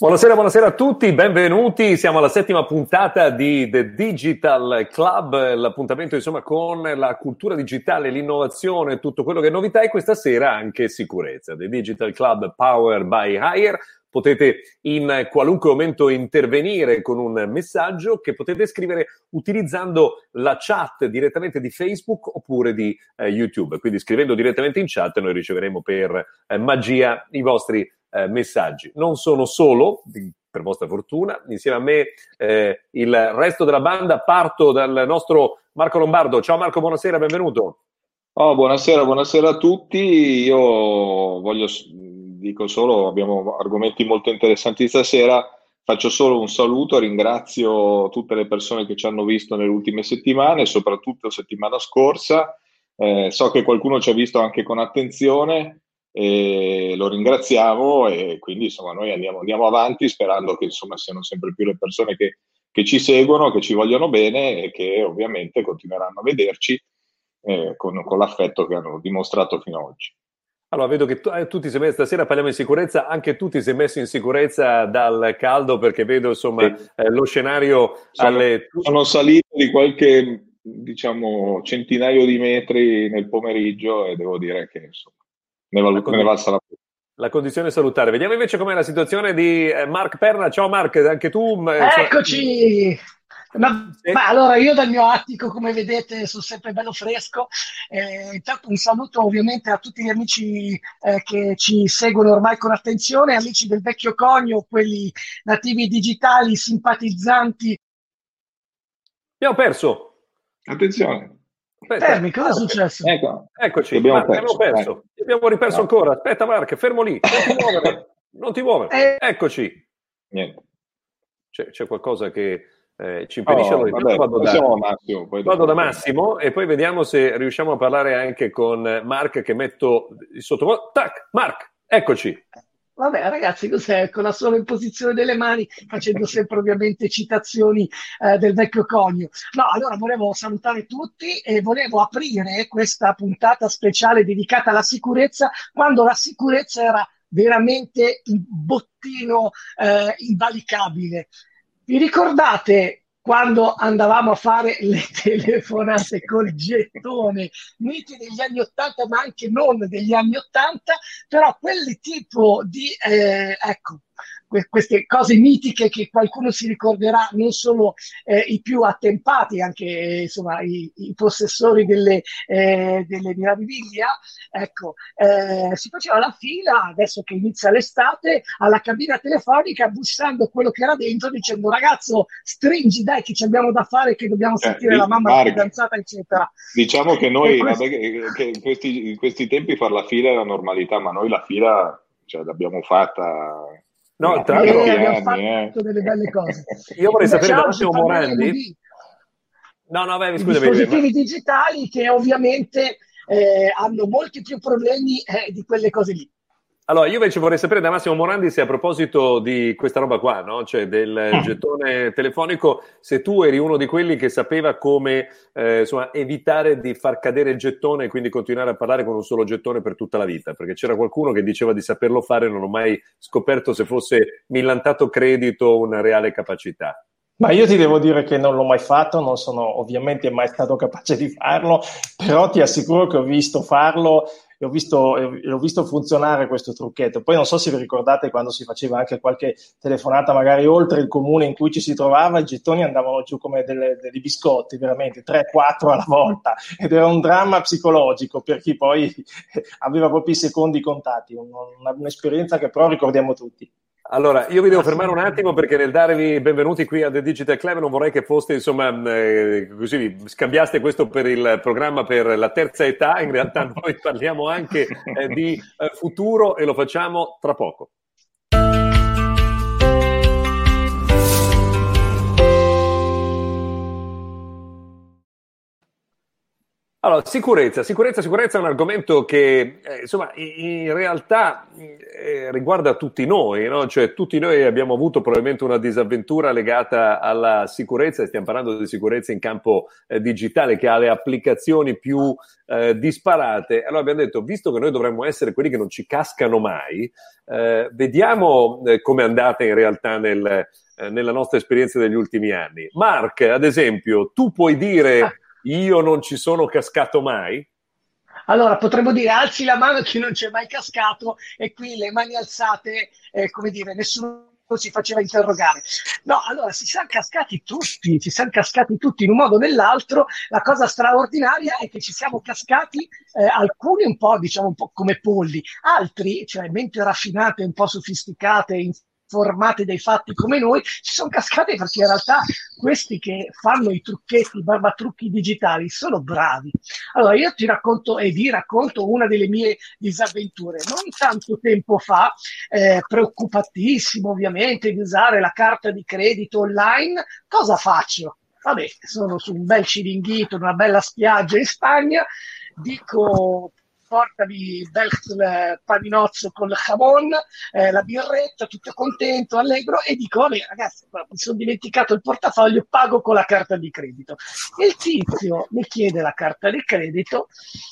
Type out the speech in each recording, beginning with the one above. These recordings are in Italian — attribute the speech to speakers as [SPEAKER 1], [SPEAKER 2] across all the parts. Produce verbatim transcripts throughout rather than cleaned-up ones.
[SPEAKER 1] Buonasera, buonasera a tutti, benvenuti. Siamo alla settima puntata di The Digital Club, l'appuntamento insomma con la cultura digitale, l'innovazione, tutto quello che è novità, e questa sera anche sicurezza. The Digital Club Powered by Hire. Potete in qualunque momento intervenire con un messaggio che potete scrivere utilizzando la chat direttamente di Facebook oppure di eh, YouTube. Quindi scrivendo direttamente in chat noi riceveremo per eh, magia i vostri eh, messaggi. Non sono solo, per vostra fortuna, insieme a me eh, il resto della banda. Parto dal nostro Marco Lombardo. Ciao Marco, buonasera, benvenuto.
[SPEAKER 2] Oh, buonasera, buonasera a tutti. Io voglio... dico solo, abbiamo argomenti molto interessanti stasera, faccio solo un saluto, ringrazio tutte le persone che ci hanno visto nelle ultime settimane, soprattutto settimana scorsa, eh, so che qualcuno ci ha visto anche con attenzione e lo ringraziamo, e quindi insomma noi andiamo, andiamo avanti sperando che insomma siano sempre più le persone che, che ci seguono, che ci vogliono bene e che ovviamente continueranno a vederci eh, con, con l'affetto che hanno dimostrato fino ad oggi.
[SPEAKER 1] Allora, vedo che tu, eh, tu ti sei messo, stasera parliamo di sicurezza, anche tu ti sei messo in sicurezza dal caldo, perché vedo insomma sì. eh, lo scenario
[SPEAKER 2] sono,
[SPEAKER 1] alle...
[SPEAKER 2] Sono salito di qualche, diciamo, centinaio di metri nel pomeriggio e devo dire che insomma ne, val-
[SPEAKER 1] condi-
[SPEAKER 2] ne valsa la pena.
[SPEAKER 1] La condizione salutare. Vediamo invece com'è la situazione di eh, Mark Perna. Ciao Mark, anche tu...
[SPEAKER 3] Eh, Eccoci! Ma, ma allora io dal mio attico, come vedete, sono sempre bello fresco. Eh, intanto un saluto ovviamente a tutti gli amici eh, che ci seguono ormai con attenzione, amici del vecchio conio, quelli nativi digitali, simpatizzanti.
[SPEAKER 1] Abbiamo perso.
[SPEAKER 2] Attenzione.
[SPEAKER 3] Aspetta. Fermi, cosa è successo?
[SPEAKER 2] Ecco,
[SPEAKER 1] Eccoci,
[SPEAKER 2] abbiamo
[SPEAKER 1] Mark,
[SPEAKER 2] perso.
[SPEAKER 1] abbiamo perso. Eh. Abbiamo riperso no. ancora. Aspetta Mark, fermo lì, non ti muovere. non ti muovere.
[SPEAKER 3] Eh.
[SPEAKER 1] Eccoci.
[SPEAKER 2] Niente.
[SPEAKER 1] C'è, c'è qualcosa che... Eh, ci impedisce.
[SPEAKER 2] Oh,
[SPEAKER 1] allora,
[SPEAKER 2] vabbè,
[SPEAKER 1] vado, da,
[SPEAKER 2] Massimo, poi
[SPEAKER 1] vado da Massimo e poi vediamo se riusciamo a parlare anche con Mark, che metto il sottofondo. Tac, Mark, eccoci.
[SPEAKER 3] Vabbè ragazzi, cos'è? Con la sola imposizione delle mani, facendo sempre ovviamente citazioni eh, del vecchio conio. No, allora volevo salutare tutti e volevo aprire questa puntata speciale dedicata alla sicurezza, quando la sicurezza era veramente un bottino eh, invalicabile. Vi ricordate quando andavamo a fare le telefonate col gettone, miti degli anni ottanta, ma anche non degli anni ottanta, però quel tipo di, eh, ecco, que- queste cose mitiche che qualcuno si ricorderà, non solo eh, i più attempati, anche insomma i, i possessori delle, eh, delle meraviglia, ecco, eh, si faceva la fila, adesso che inizia l'estate, alla cabina telefonica, bussando quello che era dentro, dicendo ragazzo, stringi dai che ci abbiamo da fare, che dobbiamo sentire eh, la mamma,
[SPEAKER 2] Mark,
[SPEAKER 3] la fidanzata, eccetera.
[SPEAKER 2] Diciamo che noi, questo... vabbè, che, che in, questi, in questi tempi far la fila è la normalità, ma noi la fila cioè, l'abbiamo fatta...
[SPEAKER 1] No,
[SPEAKER 3] tra l'altro eh, abbiamo fatto eh. delle belle cose.
[SPEAKER 1] Io vorrei Invece sapere da Massimo Morandi... No, no, beh, scusami.
[SPEAKER 3] Dispositivi ma... digitali che ovviamente eh, hanno molti più problemi eh, di quelle cose lì.
[SPEAKER 1] Allora, io invece vorrei sapere da Massimo Morandi se a proposito di questa roba qua, no? Cioè del mm. gettone telefonico, se tu eri uno di quelli che sapeva come eh, insomma, evitare di far cadere il gettone e quindi continuare a parlare con un solo gettone per tutta la vita, perché c'era qualcuno che diceva di saperlo fare, non ho mai scoperto se fosse millantato credito o una reale capacità.
[SPEAKER 4] Ma io ti devo dire che non l'ho mai fatto, non sono ovviamente mai stato capace di farlo, però ti assicuro che ho visto farlo e ho visto, e ho visto funzionare questo trucchetto. Poi non so se vi ricordate quando si faceva anche qualche telefonata magari oltre il comune in cui ci si trovava, i gettoni andavano giù come delle, dei biscotti, veramente, tre quattro alla volta, ed era un dramma psicologico per chi poi aveva proprio i secondi contati, una, un'esperienza che però ricordiamo tutti.
[SPEAKER 1] Allora, io vi devo fermare un attimo perché nel darvi benvenuti qui a The Digital Club non vorrei che foste, insomma, eh, così scambiaste questo per il programma per la terza età. In realtà noi parliamo anche eh, di eh, futuro e lo facciamo tra poco. Allora, sicurezza, sicurezza, sicurezza è un argomento che eh, insomma in, in realtà eh, riguarda tutti noi, no? Cioè tutti noi abbiamo avuto probabilmente una disavventura legata alla sicurezza, e stiamo parlando di sicurezza in campo eh, digitale che ha le applicazioni più eh, disparate. Allora abbiamo detto, visto che noi dovremmo essere quelli che non ci cascano mai, eh, vediamo eh, come è andata in realtà nel, eh, nella nostra esperienza degli ultimi anni. Mark, ad esempio, tu puoi dire... Io non ci sono cascato mai?
[SPEAKER 3] Allora, potremmo dire alzi la mano chi non c'è mai cascato, e qui le mani alzate, eh, come dire, nessuno si faceva interrogare. No, allora, si sono cascati tutti, ci siamo cascati tutti in un modo o nell'altro. La cosa straordinaria è che ci siamo cascati, eh, alcuni un po', diciamo, un po' come polli, altri, cioè menti raffinate, un po' sofisticate, formate dei fatti come noi, ci sono cascati perché in realtà questi che fanno i trucchetti, i barbatrucchi digitali sono bravi. Allora io ti racconto e vi racconto una delle mie disavventure. Non tanto tempo fa, eh, preoccupatissimo ovviamente di usare la carta di credito online, cosa faccio? Vabbè, sono su un bel ciringhito, una bella spiaggia in Spagna, dico... portami il bel eh, paninozzo con il jamon, eh, la birretta, tutto contento, allegro, e dico, vabbè ragazzi, mi sono dimenticato il portafoglio, pago con la carta di credito. Il tizio mi chiede la carta di credito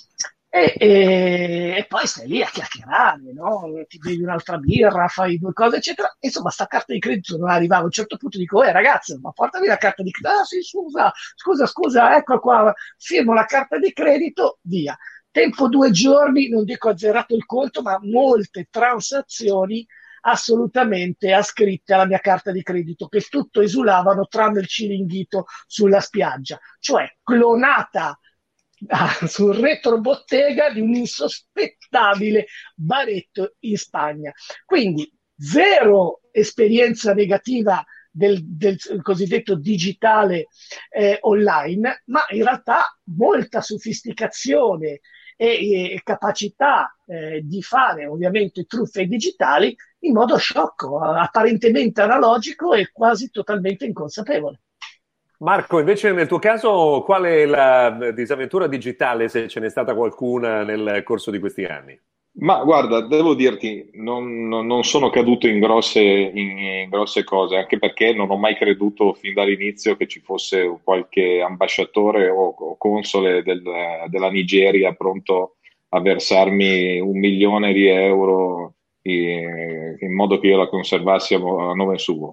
[SPEAKER 3] e, e, e poi stai lì a chiacchierare, no? Ti bevi un'altra birra, fai due cose, eccetera. Insomma, sta carta di credito non arrivava. A un certo punto dico, eh ragazzi, ma portami la carta di credito. Ah sì, scusa, scusa, scusa, ecco qua, firmo la carta di credito, via. Tempo due giorni, non dico azzerato il conto, ma molte transazioni assolutamente ascritte alla mia carta di credito, che tutto esulavano tranne il ciringhito sulla spiaggia, cioè clonata ah, sul retrobottega di un insospettabile baretto in Spagna. Quindi zero esperienza negativa Del, del cosiddetto digitale eh, online, ma in realtà molta sofisticazione e, e capacità eh, di fare ovviamente truffe digitali in modo sciocco, apparentemente analogico e quasi totalmente inconsapevole.
[SPEAKER 1] Marco, invece nel tuo caso qual è la disavventura digitale, se ce n'è stata qualcuna nel corso di questi anni?
[SPEAKER 2] Ma guarda, devo dirti, non, non- non sono caduto in grosse, in, in grosse cose, anche perché non ho mai creduto fin dall'inizio che ci fosse qualche ambasciatore o, o console del- della Nigeria pronto a versarmi un milione di euro in, in modo che io la conservassi a, mo- a nome suo.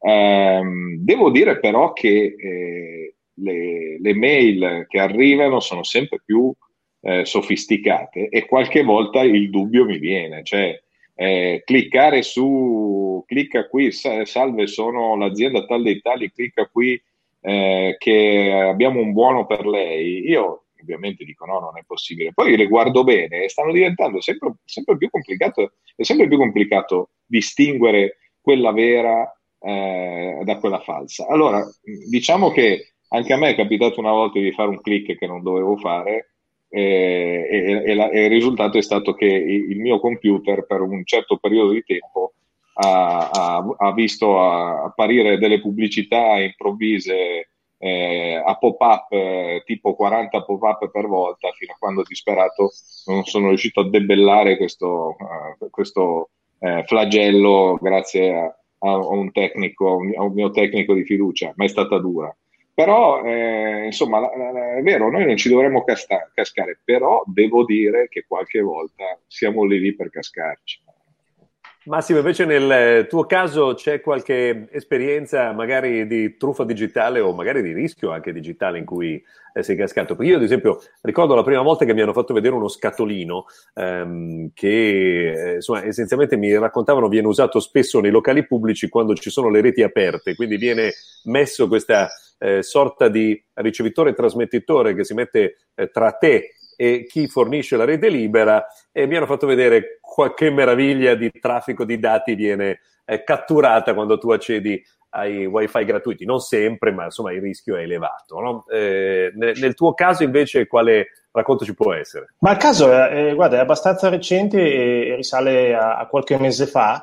[SPEAKER 2] Ehm, devo dire però che eh, le, le mail che arrivano sono sempre più eh, sofisticate, e qualche volta il dubbio mi viene, cioè eh, cliccare su, clicca qui, sa- salve, sono l'azienda tal dei tali, clicca qui eh, che abbiamo un buono per lei. Io ovviamente dico no, non è possibile. Poi le guardo bene e stanno diventando sempre, sempre più complicato, è sempre più complicato distinguere quella vera eh, da quella falsa. Allora, diciamo che anche a me è capitato una volta di fare un click che non dovevo fare, e, e- e la- e il risultato è stato che il, il mio computer per un certo periodo di tempo ha, ha- ha visto a- apparire delle pubblicità improvvise eh, a pop-up, eh, tipo quaranta pop-up per volta, fino a quando disperato non sono riuscito a debellare questo, eh, questo eh, flagello grazie a, a un tecnico, a un mio tecnico di fiducia, ma è stata dura. Però, eh, insomma, la- la- la- è vero, noi non ci dovremmo casta- cascare, però devo dire che qualche volta siamo lì lì per cascarci.
[SPEAKER 1] Massimo, invece nel tuo caso c'è qualche esperienza magari di truffa digitale o magari di rischio anche digitale in cui eh, sei cascato? Perché io ad esempio ricordo la prima volta che mi hanno fatto vedere uno scatolino ehm, che eh, insomma, essenzialmente mi raccontavano viene usato spesso nei locali pubblici quando ci sono le reti aperte, quindi viene messo questa eh, sorta di ricevitore e trasmettitore che si mette eh, tra te e chi fornisce la rete libera, e mi hanno fatto vedere qualche meraviglia di traffico di dati viene eh, catturata quando tu accedi ai wifi gratuiti. Non sempre, ma insomma il rischio è elevato, no? Eh, nel, nel tuo caso invece quale racconto ci può essere?
[SPEAKER 4] Ma il caso è, eh, guarda, è abbastanza recente e risale a, a qualche mese fa.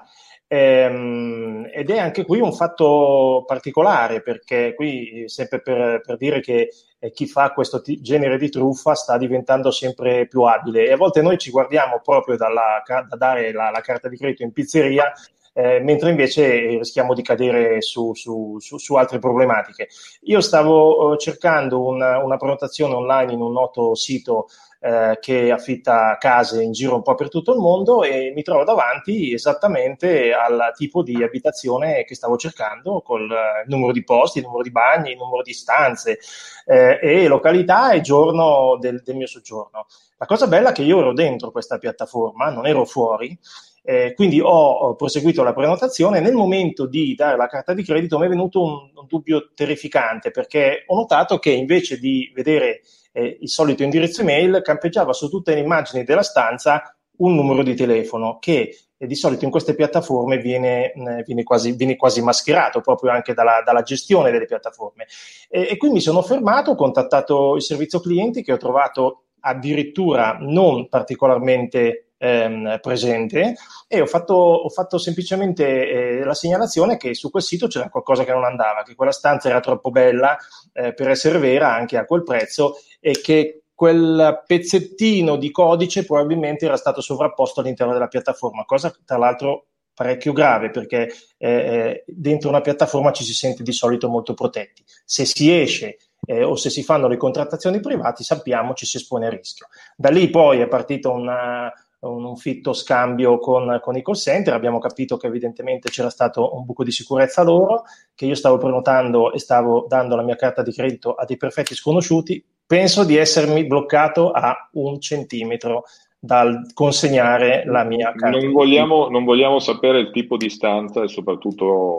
[SPEAKER 4] Ehm, ed è anche qui un fatto particolare, perché qui, sempre per, per dire che eh, chi fa questo t- genere di truffa sta diventando sempre più abile, e a volte noi ci guardiamo proprio dalla, da dare la, la carta di credito in pizzeria, eh, mentre invece rischiamo di cadere su, su, su, su altre problematiche. Io stavo eh, cercando una, una prenotazione online in un noto sito Eh, che affitta case in giro un po' per tutto il mondo, e mi trovo davanti esattamente al tipo di abitazione che stavo cercando, col eh, numero di posti, il numero di bagni, il numero di stanze, eh, e località e giorno del, del mio soggiorno. La cosa bella è che io ero dentro questa piattaforma, non ero fuori, eh, quindi ho, ho proseguito la prenotazione. Nel momento di dare la carta di credito mi è venuto un, un dubbio terrificante, perché ho notato che invece di vedere Eh, il solito indirizzo email, campeggiava su tutte le immagini della stanza un numero di telefono che eh, di solito in queste piattaforme viene, eh, viene, quasi, viene quasi mascherato proprio anche dalla, dalla gestione delle piattaforme. E, e qui mi sono fermato, ho contattato il servizio clienti, che ho trovato addirittura non particolarmente ehm, presente, e ho fatto, ho fatto semplicemente eh, la segnalazione che su quel sito c'era qualcosa che non andava, che quella stanza era troppo bella eh, per essere vera anche a quel prezzo, e che quel pezzettino di codice probabilmente era stato sovrapposto all'interno della piattaforma, cosa tra l'altro parecchio grave, perché eh, dentro una piattaforma ci si sente di solito molto protetti. Se si esce eh, o se si fanno le contrattazioni private, sappiamo ci si espone a rischio. Da lì poi è partito una, un fitto scambio con, con i call center, abbiamo capito che evidentemente c'era stato un buco di sicurezza loro, che io stavo prenotando e stavo dando la mia carta di credito a dei perfetti sconosciuti. Penso di essermi bloccato a un centimetro dal consegnare la mia carta.
[SPEAKER 2] Non vogliamo, non vogliamo sapere il tipo di stanza e soprattutto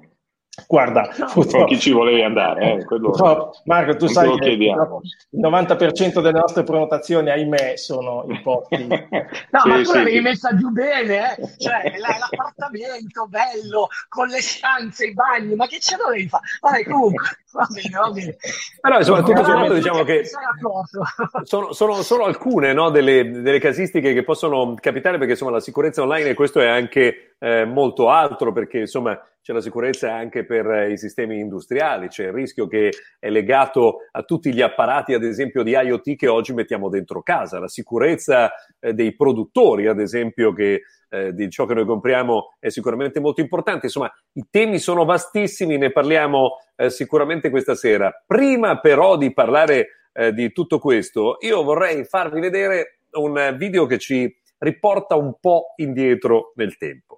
[SPEAKER 4] Guarda,
[SPEAKER 2] no, con chi ci volevi andare. Eh? Quello,
[SPEAKER 4] no, Marco, tu sai che il novanta per cento delle nostre prenotazioni, ahimè, sono i posti.
[SPEAKER 3] No, sì, ma tu sì, l'avevi sì. messa giù bene, eh? Cioè l'appartamento bello, con le stanze, i bagni, ma che ce dovevi fare? Vabbè, comunque, va bene, va bene.
[SPEAKER 1] Però insomma, tutto sommato diciamo che sono, sono solo alcune, no, delle, delle casistiche che possono capitare, perché insomma la sicurezza online, e questo è anche eh, molto altro, perché insomma c'è la sicurezza anche per eh, i sistemi industriali, c'è il rischio che è legato a tutti gli apparati, ad esempio di IoT, che oggi mettiamo dentro casa, la sicurezza eh, dei produttori, ad esempio, che eh, di ciò che noi compriamo è sicuramente molto importante. Insomma, i temi sono vastissimi, ne parliamo eh, sicuramente questa sera. Prima però di parlare eh, di tutto questo, io vorrei farvi vedere un video che ci riporta un po' indietro nel tempo.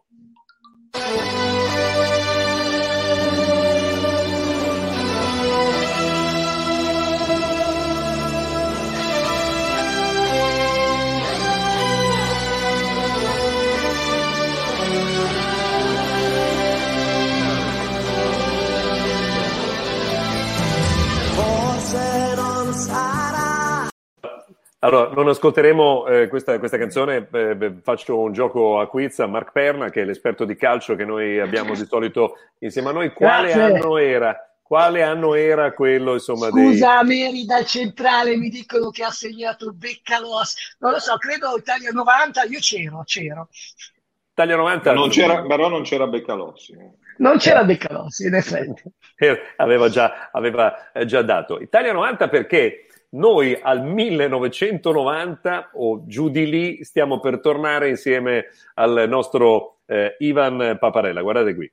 [SPEAKER 1] Allora, non ascolteremo eh, questa, questa canzone, eh, faccio un gioco a quiz a Mark Perna, che è l'esperto di calcio che noi abbiamo di solito insieme a noi. Quale Grazie. anno era? Quale anno era quello, insomma,
[SPEAKER 3] Scusa,
[SPEAKER 1] dei...
[SPEAKER 3] Meri dal centrale mi dicono che ha segnato il Beccalos, non lo so, credo Italia novanta, io c'ero, c'ero.
[SPEAKER 1] Italia novanta?
[SPEAKER 2] Non c'era, però non c'era Beccalossi.
[SPEAKER 3] Non c'era Beccalossi, in effetti.
[SPEAKER 1] aveva, già, aveva già dato. Italia novanta perché... Noi al millenovecentonovanta o giù di lì stiamo per tornare insieme al nostro eh, Ivan Paparella. Guardate qui.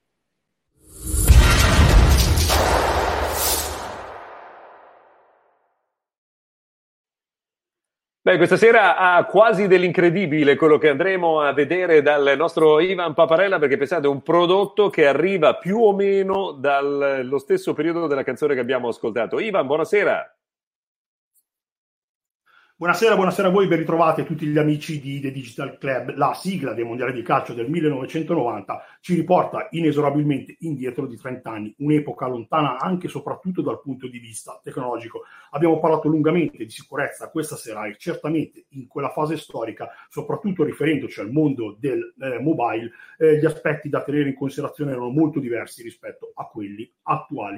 [SPEAKER 1] Beh, questa sera ha quasi dell'incredibile quello che andremo a vedere dal nostro Ivan Paparella, perché pensate, è un prodotto che arriva più o meno dallo stesso periodo della canzone che abbiamo ascoltato. Ivan, buonasera.
[SPEAKER 5] Buonasera, buonasera a voi, ben ritrovati a tutti gli amici di The Digital Club. La sigla dei mondiali di calcio del millenovecentonovanta ci riporta inesorabilmente indietro di trenta anni, un'epoca lontana anche e soprattutto dal punto di vista tecnologico. Abbiamo parlato lungamente di sicurezza questa sera e certamente in quella fase storica, soprattutto riferendoci al mondo del eh, mobile, eh, gli aspetti da tenere in considerazione erano molto diversi rispetto a quelli attuali.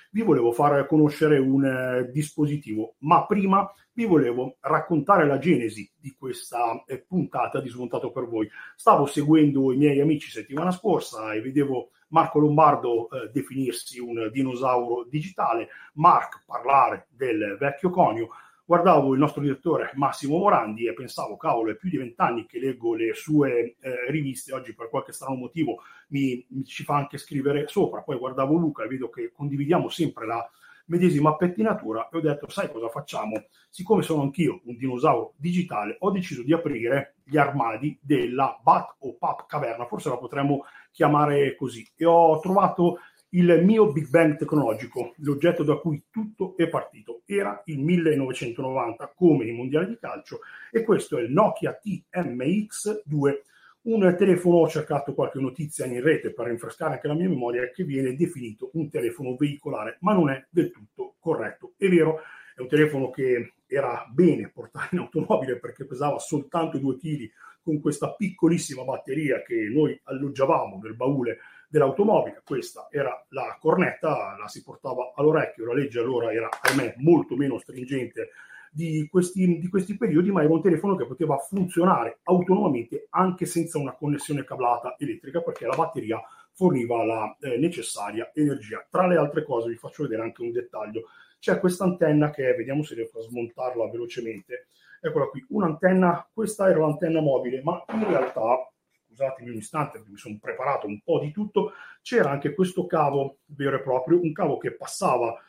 [SPEAKER 5] vi volevo far conoscere un eh, dispositivo, ma prima vi volevo raccontare la genesi di questa eh, puntata di Smontato per voi. Stavo seguendo i miei amici settimana scorsa e vedevo Marco Lombardo eh, definirsi un dinosauro digitale, Mark parlare del vecchio conio. Guardavo il nostro direttore Massimo Morandi e pensavo, cavolo, è più di vent'anni che leggo le sue eh, riviste, oggi per qualche strano motivo mi, mi ci fa anche scrivere sopra. Poi guardavo Luca e vedo che condividiamo sempre la medesima pettinatura e ho detto, sai cosa facciamo? Siccome sono anch'io un dinosauro digitale, ho deciso di aprire gli armadi della Bat o Pap Caverna, forse la potremmo chiamare così, e ho trovato il mio Big Bang tecnologico, l'oggetto da cui tutto è partito. Era il millenovecentonovanta, come i mondiali di calcio, e questo è il Nokia T M X due, un telefono, ho cercato qualche notizia in rete per rinfrescare anche la mia memoria, che viene definito un telefono veicolare, ma non è del tutto corretto. È vero, è un telefono che era bene portare in automobile perché pesava soltanto due chili, con questa piccolissima batteria che noi alloggiavamo nel baule dell'automobile. Questa era la cornetta, la si portava all'orecchio, la legge allora era, ahimè, molto meno stringente di questi, di questi periodi, ma era un telefono che poteva funzionare autonomamente anche senza una connessione cablata elettrica, perché la batteria forniva la eh, necessaria energia. Tra le altre cose vi faccio vedere anche un dettaglio. C'è questa antenna che è, vediamo se riesco a smontarla velocemente, eccola qui, un'antenna, questa era l'antenna mobile, ma in realtà, scusatemi un istante perché mi sono preparato un po' di tutto, c'era anche questo cavo vero e proprio, un cavo che passava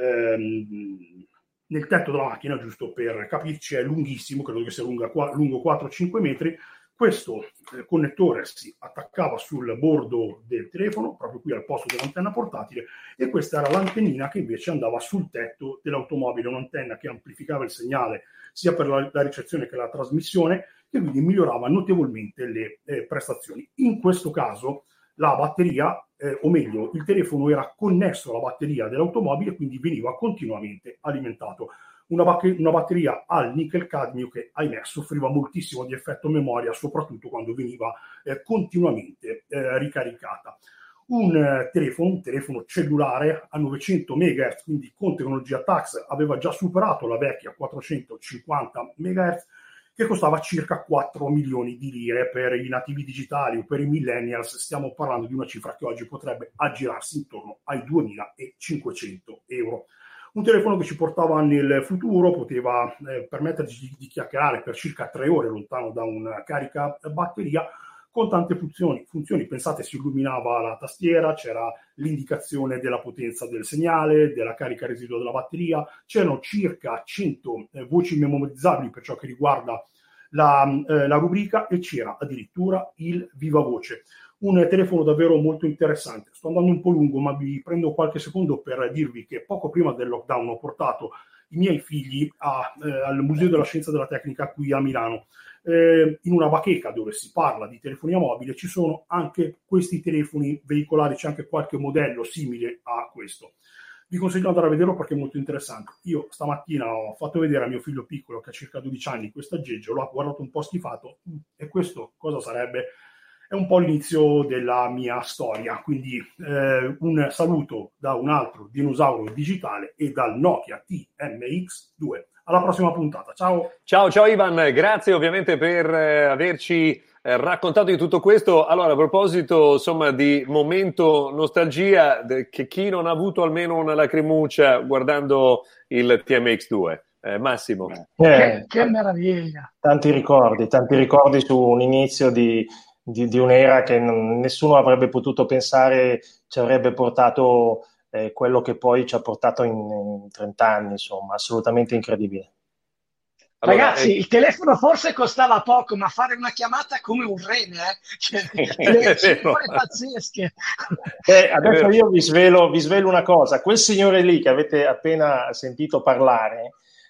[SPEAKER 5] ehm, nel tetto della macchina, giusto per capirci, è lunghissimo, credo che sia lunga, lungo quattro cinque metri. Questo eh, connettore si attaccava sul bordo del telefono, proprio qui al posto dell'antenna portatile, e questa era l'antennina che invece andava sul tetto dell'automobile, un'antenna che amplificava il segnale sia per la, la ricezione che la trasmissione, che quindi migliorava notevolmente le eh, prestazioni. In questo caso la batteria, eh, o meglio, il telefono era connesso alla batteria dell'automobile, quindi veniva continuamente alimentato. Una, bac- una batteria al nickel cadmio che, ahimè, soffriva moltissimo di effetto memoria, soprattutto quando veniva eh, continuamente eh, ricaricata. Un eh, telefono, un telefono cellulare a novecento megahertz, quindi con tecnologia tax, aveva già superato la vecchia quattrocentocinquanta megahertz, che costava circa quattro milioni di lire. Per i nativi digitali o per i millennials stiamo parlando di una cifra che oggi potrebbe aggirarsi intorno ai duemilacinquecento euro. Un telefono che ci portava nel futuro, poteva eh, permetterci di, di chiacchierare per circa tre ore lontano da una carica batteria, con tante funzioni. funzioni. Pensate, si illuminava la tastiera, c'era l'indicazione della potenza del segnale, della carica residua della batteria, c'erano circa cento eh, voci memorizzabili per ciò che riguarda la, eh, la rubrica, e c'era addirittura il viva voce. Un telefono davvero molto interessante. Sto andando un po' lungo, ma vi prendo qualche secondo per dirvi che poco prima del lockdown ho portato i miei figli a, eh, al Museo della Scienza e della Tecnica qui a Milano. Eh, in una bacheca dove si parla di telefonia mobile ci sono anche questi telefoni veicolari, c'è anche qualche modello simile a questo. Vi consiglio di andare a vederlo perché è molto interessante. Io stamattina ho fatto vedere a mio figlio piccolo, che ha circa dodici anni, questo aggeggio, l'ho guardato un po' schifato, e questo cosa sarebbe? È un po' l'inizio della mia storia, quindi eh, un saluto da un altro dinosauro digitale e dal Nokia T M X due. Alla prossima puntata, ciao!
[SPEAKER 1] Ciao, ciao Ivan, grazie ovviamente per eh, averci eh, raccontato di tutto questo. Allora, a proposito, insomma, di momento nostalgia, de- che chi non ha avuto almeno una lacrimuccia guardando il T M X due? Eh, Massimo.
[SPEAKER 4] Eh,
[SPEAKER 3] Che, che meraviglia!
[SPEAKER 4] Tanti ricordi, tanti ricordi su un inizio di... Di, di un'era che non, nessuno avrebbe potuto pensare ci avrebbe portato eh, quello che poi ci ha portato in, in trenta anni, insomma, assolutamente incredibile.
[SPEAKER 3] Allora, ragazzi, eh... il telefono forse costava poco, ma fare una chiamata come un rene, eh? Cioè, delle cifre pazzesche.
[SPEAKER 4] Eh, adesso io vi svelo, vi svelo una cosa, quel signore lì che avete appena sentito parlare,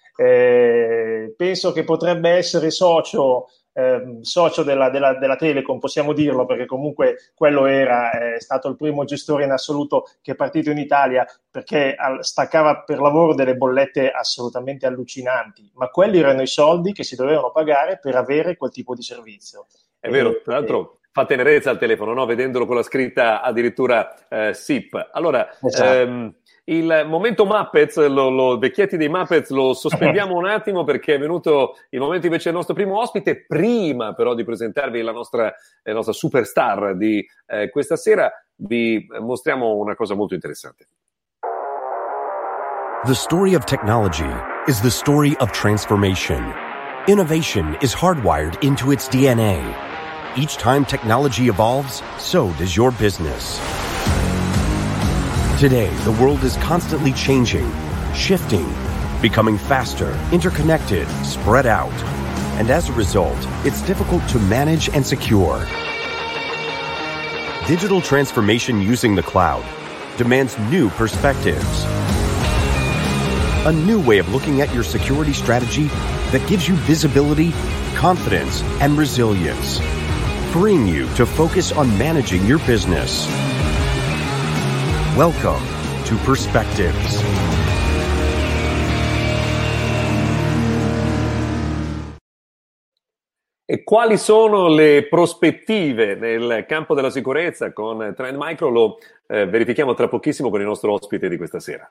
[SPEAKER 4] eh, penso che potrebbe essere socio Eh, socio della, della, della Telecom, possiamo dirlo, perché comunque quello era è stato il primo gestore in assoluto che è partito in Italia, perché al, staccava per lavoro delle bollette assolutamente allucinanti, ma quelli erano i soldi che si dovevano pagare per avere quel tipo di servizio.
[SPEAKER 1] È vero, tra l'altro fa tenerezza al telefono, no? Vedendolo con la scritta addirittura eh, S I P. Allora,
[SPEAKER 4] esatto.
[SPEAKER 1] ehm, il momento Muppets, lo, lo vecchietti dei Muppets, lo sospendiamo un attimo perché è venuto il momento invece del nostro primo ospite. Prima però di presentarvi la nostra, la nostra superstar di eh, questa sera, vi mostriamo una cosa molto interessante.
[SPEAKER 6] The story of technology is the story of transformation. Innovation is hardwired into its D N A. Each time technology evolves, so does your business. Today, the world is constantly changing, shifting, becoming faster, interconnected, spread out. And as a result, it's difficult to manage and secure. Digital transformation using the cloud demands new perspectives. A new way of looking at your security strategy that gives you visibility, confidence, and resilience, freeing you to focus on managing your business. Welcome to Perspectives.
[SPEAKER 1] E quali sono le prospettive nel campo della sicurezza con Trend Micro? Lo eh, verifichiamo tra pochissimo con il nostro ospite di questa sera.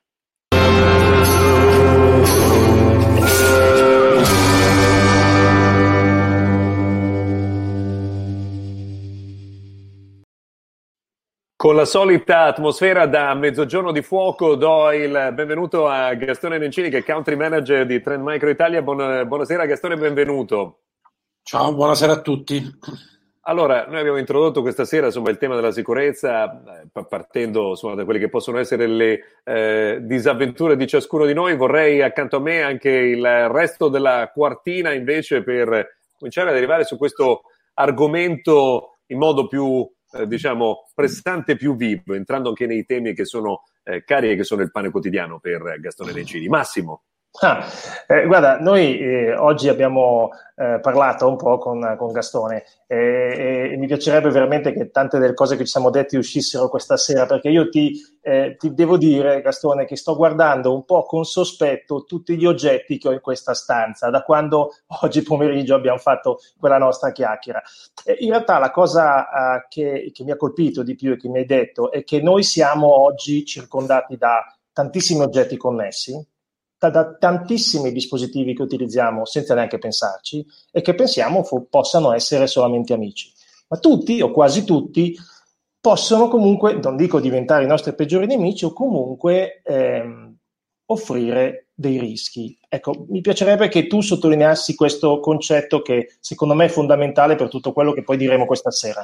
[SPEAKER 1] Con la solita atmosfera da mezzogiorno di fuoco do il benvenuto a Gastone Nencini, che è Country Manager di Trend Micro Italia. Buona, buonasera Gastone, benvenuto.
[SPEAKER 7] Ciao, buonasera a tutti.
[SPEAKER 1] Allora, noi abbiamo introdotto questa sera insomma, il tema della sicurezza, eh, partendo insomma, da quelle che possono essere le eh, disavventure di ciascuno di noi. Vorrei accanto a me anche il resto della quartina invece per cominciare ad arrivare su questo argomento in modo più Eh, diciamo pressante, più vivo, entrando anche nei temi che sono eh, cari e che sono il pane quotidiano per Gastone Nencini. Massimo.
[SPEAKER 4] Ah, eh, guarda, noi eh, oggi abbiamo eh, parlato un po' con, con Gastone eh, e mi piacerebbe veramente che tante delle cose che ci siamo detti uscissero questa sera, perché io ti, eh, ti devo dire, Gastone, che sto guardando un po' con sospetto tutti gli oggetti che ho in questa stanza, da quando oggi pomeriggio abbiamo fatto quella nostra chiacchiera. Eh, in realtà la cosa eh, che, che mi ha colpito di più e che mi hai detto è che noi siamo oggi circondati da tantissimi oggetti connessi, da tantissimi dispositivi che utilizziamo senza neanche pensarci e che pensiamo fu- possano essere solamente amici. Ma tutti, o quasi tutti, possono comunque, non dico diventare i nostri peggiori nemici, o comunque ehm, offrire dei rischi. Ecco, mi piacerebbe che tu sottolineassi questo concetto che secondo me è fondamentale per tutto quello che poi diremo questa sera.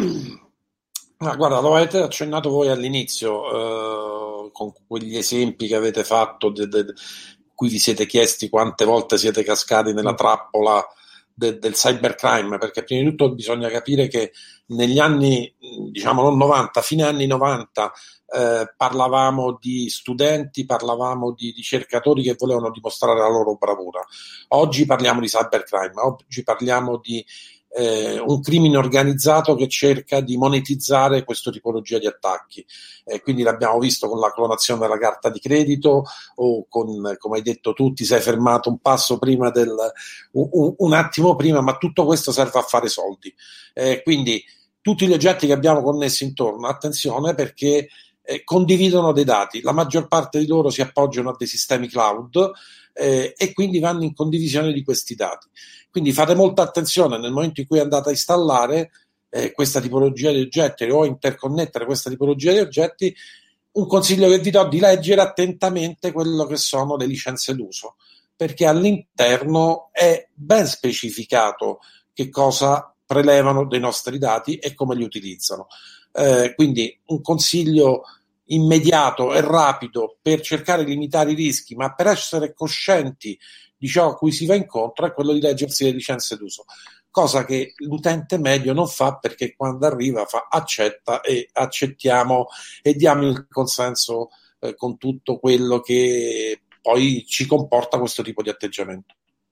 [SPEAKER 7] Ah, guarda, lo avete accennato voi all'inizio, eh, con quegli esempi che avete fatto, de, de, de, cui vi siete chiesti quante volte siete cascati nella trappola de, del cybercrime, perché prima di tutto bisogna capire che negli anni, diciamo non novanta, fine anni novanta, eh, parlavamo di studenti, parlavamo di ricercatori che volevano dimostrare la loro bravura. Oggi parliamo di cybercrime, oggi parliamo di Eh, un crimine organizzato che cerca di monetizzare questa tipologia di attacchi, eh, quindi l'abbiamo visto con la clonazione della carta di credito o con, come hai detto tu, ti sei fermato un passo prima del un, un attimo prima, ma tutto questo serve a fare soldi, eh, quindi tutti gli oggetti che abbiamo connessi intorno, attenzione, perché eh, condividono dei dati, la maggior parte di loro si appoggiano a dei sistemi cloud eh, e quindi vanno in condivisione di questi dati. Quindi fate molta attenzione nel momento in cui andate a installare eh, questa tipologia di oggetti o interconnettere questa tipologia di oggetti. Un consiglio che vi do di leggere attentamente quello che sono le licenze d'uso, perché all'interno è ben specificato che cosa prelevano dei nostri dati e come li utilizzano. Eh, quindi un consiglio immediato e rapido per cercare di limitare i rischi, ma per essere coscienti di ciò a cui si va incontro, è quello di leggersi le licenze d'uso, cosa che l'utente medio non fa, perché quando arriva fa accetta e accettiamo e diamo il consenso eh, con tutto quello che poi ci comporta questo tipo di atteggiamento.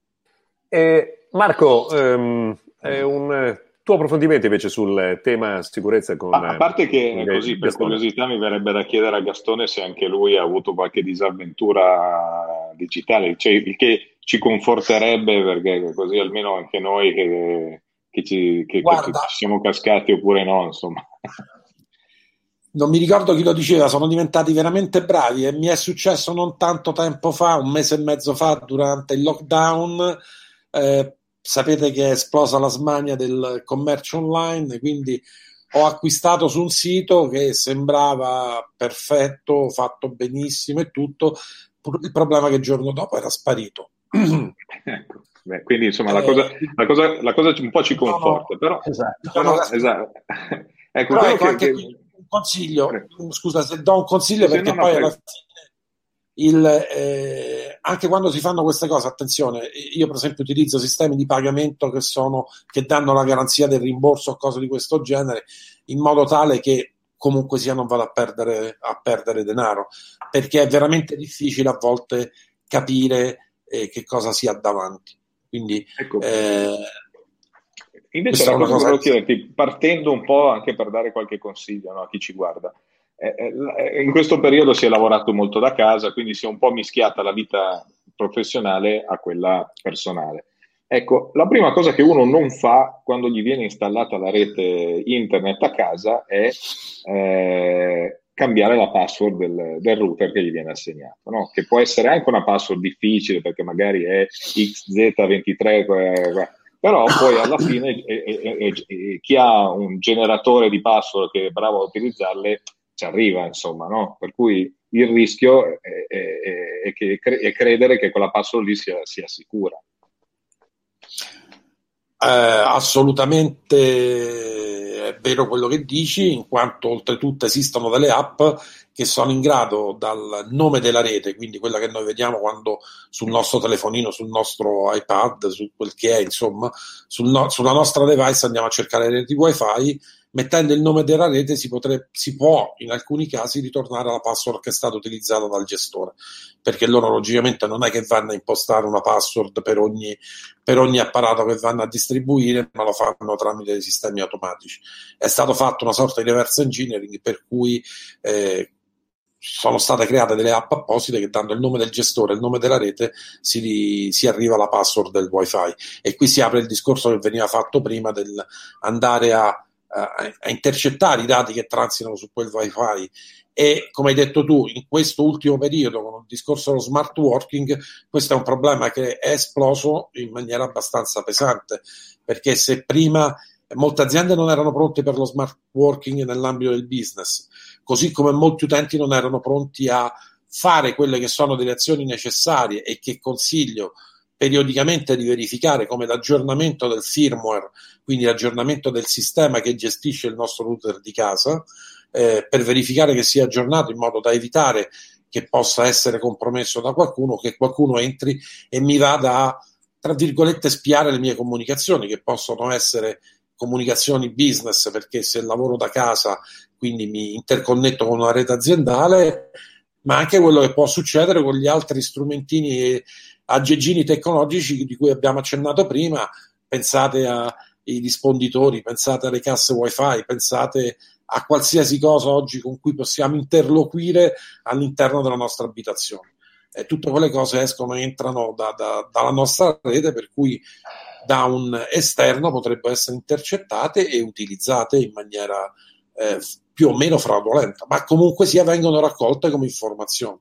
[SPEAKER 1] Eh, Marco, ehm, è un tuo approfondimento invece sul tema sicurezza con,
[SPEAKER 2] a, a parte che
[SPEAKER 1] eh,
[SPEAKER 2] così per
[SPEAKER 1] Gastone.
[SPEAKER 2] Curiosità mi verrebbe da chiedere a Gastone se anche lui ha avuto qualche disavventura digitale, cioè il che ci conforterebbe, perché così almeno anche noi che, che ci, che,
[SPEAKER 7] Guarda,
[SPEAKER 2] che ci siamo cascati oppure no, insomma.
[SPEAKER 7] Non mi ricordo chi lo diceva, sono diventati veramente bravi e mi è successo non tanto tempo fa, un mese e mezzo fa, durante il lockdown. Eh, sapete che è esplosa la smania del commercio online, quindi ho acquistato su un sito che sembrava perfetto, fatto benissimo e tutto. Il problema è che il giorno dopo era sparito.
[SPEAKER 2] Ecco. Beh, quindi insomma la cosa, la, cosa, la cosa un po' ci conforta, no, però,
[SPEAKER 4] esatto.
[SPEAKER 2] però, esatto. Ecco,
[SPEAKER 7] però ecco
[SPEAKER 2] che,
[SPEAKER 7] anche
[SPEAKER 2] che...
[SPEAKER 7] qui un consiglio, scusa se do un consiglio, perché
[SPEAKER 2] no, no,
[SPEAKER 7] poi
[SPEAKER 2] prego.
[SPEAKER 7] alla fine il, eh, anche quando si fanno queste cose, attenzione, io per esempio utilizzo sistemi di pagamento che sono che danno la garanzia del rimborso o cose di questo genere, in modo tale che comunque sia non vada a perdere, a perdere denaro, perché è veramente difficile a volte capire eh, che cosa si ha davanti. Quindi
[SPEAKER 2] ecco.
[SPEAKER 7] eh,
[SPEAKER 2] invece la cosa che volevo chiederti, partendo un po' anche per dare qualche consiglio, no, a chi ci guarda, eh, eh, in questo periodo si è lavorato molto da casa, quindi si è un po' mischiata la vita professionale a quella personale. Ecco, la prima cosa che uno non fa quando gli viene installata la rete internet a casa è eh, cambiare la password del, del router che gli viene assegnato, no? Che può essere anche una password difficile perché magari è X Z ventitré, eh, però poi alla fine eh, eh, eh, chi ha un generatore di password che è bravo a utilizzarle ci arriva, insomma, no? Per cui il rischio è, è, è, che, è credere che quella password lì sia, sia sicura.
[SPEAKER 7] Eh, assolutamente è vero quello che dici, in quanto oltretutto esistono delle app che sono in grado, dal nome della rete, quindi quella che noi vediamo quando sul nostro telefonino, sul nostro iPad, su quel che è, insomma, sul no- sulla nostra device andiamo a cercare le reti wifi, mettendo il nome della rete si, potrebbe, si può in alcuni casi ritornare alla password che è stata utilizzata dal gestore, perché loro logicamente non è che vanno a impostare una password per ogni, per ogni apparato che vanno a distribuire, ma lo fanno tramite dei sistemi automatici. È stato fatto una sorta di reverse engineering per cui eh, sono state create delle app apposite che dando il nome del gestore e il nome della rete si, si arriva alla password del wifi, e qui si apre il discorso che veniva fatto prima del andare a a intercettare i dati che transitano su quel wifi. E come hai detto tu, in questo ultimo periodo con il discorso dello smart working, questo è un problema che è esploso in maniera abbastanza pesante, perché se prima molte aziende non erano pronte per lo smart working nell'ambito del business, così come molti utenti non erano pronti a fare quelle che sono delle azioni necessarie e che consiglio periodicamente di verificare, come l'aggiornamento del firmware, quindi l'aggiornamento del sistema che gestisce il nostro router di casa, eh, per verificare che sia aggiornato in modo da evitare che possa essere compromesso da qualcuno, che qualcuno entri e mi vada a, tra virgolette, spiare le mie comunicazioni, che possono essere comunicazioni business, perché se lavoro da casa quindi mi interconnetto con una rete aziendale, ma anche quello che può succedere con gli altri strumentini e aggeggini tecnologici di cui abbiamo accennato prima. Pensate ai risponditori, pensate alle casse wifi, pensate a qualsiasi cosa oggi con cui possiamo interloquire all'interno della nostra abitazione, e tutte quelle cose escono e entrano da, da, dalla nostra rete, per cui da un esterno potrebbero essere intercettate e utilizzate in maniera eh, più o meno fraudolenta, ma comunque sia vengono raccolte come informazioni.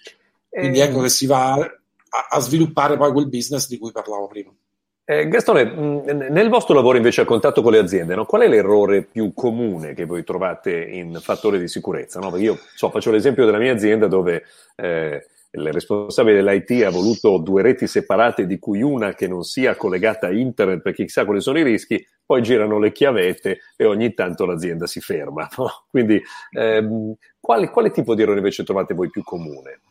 [SPEAKER 7] Quindi ecco che si va a, a sviluppare poi quel business di cui parlavo prima.
[SPEAKER 1] Eh, Gastone, mh, nel vostro lavoro invece a contatto con le aziende, no? Qual è l'errore più comune che voi trovate in fattore di sicurezza? No? Perché io so, faccio l'esempio della mia azienda dove eh, il responsabile dell'I T ha voluto due reti separate, di cui una che non sia collegata a internet, perché chissà quali sono i rischi, poi girano le chiavette e ogni tanto l'azienda si ferma. No? Quindi ehm, quale, quale tipo di errore invece trovate voi più comune?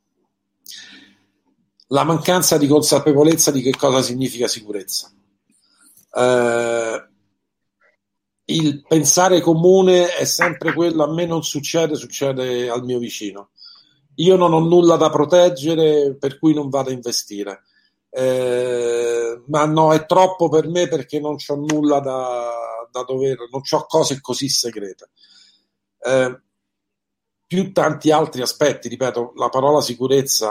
[SPEAKER 7] La mancanza di consapevolezza di che cosa significa sicurezza. Eh, il pensare comune è sempre quello: a me non succede, succede al mio vicino. Io non ho nulla da proteggere, per cui non vado a investire. Eh, ma no, è troppo per me perché non c'ho nulla da, da dover, non c'ho cose così segrete. Eh, più tanti altri aspetti, ripeto, la parola sicurezza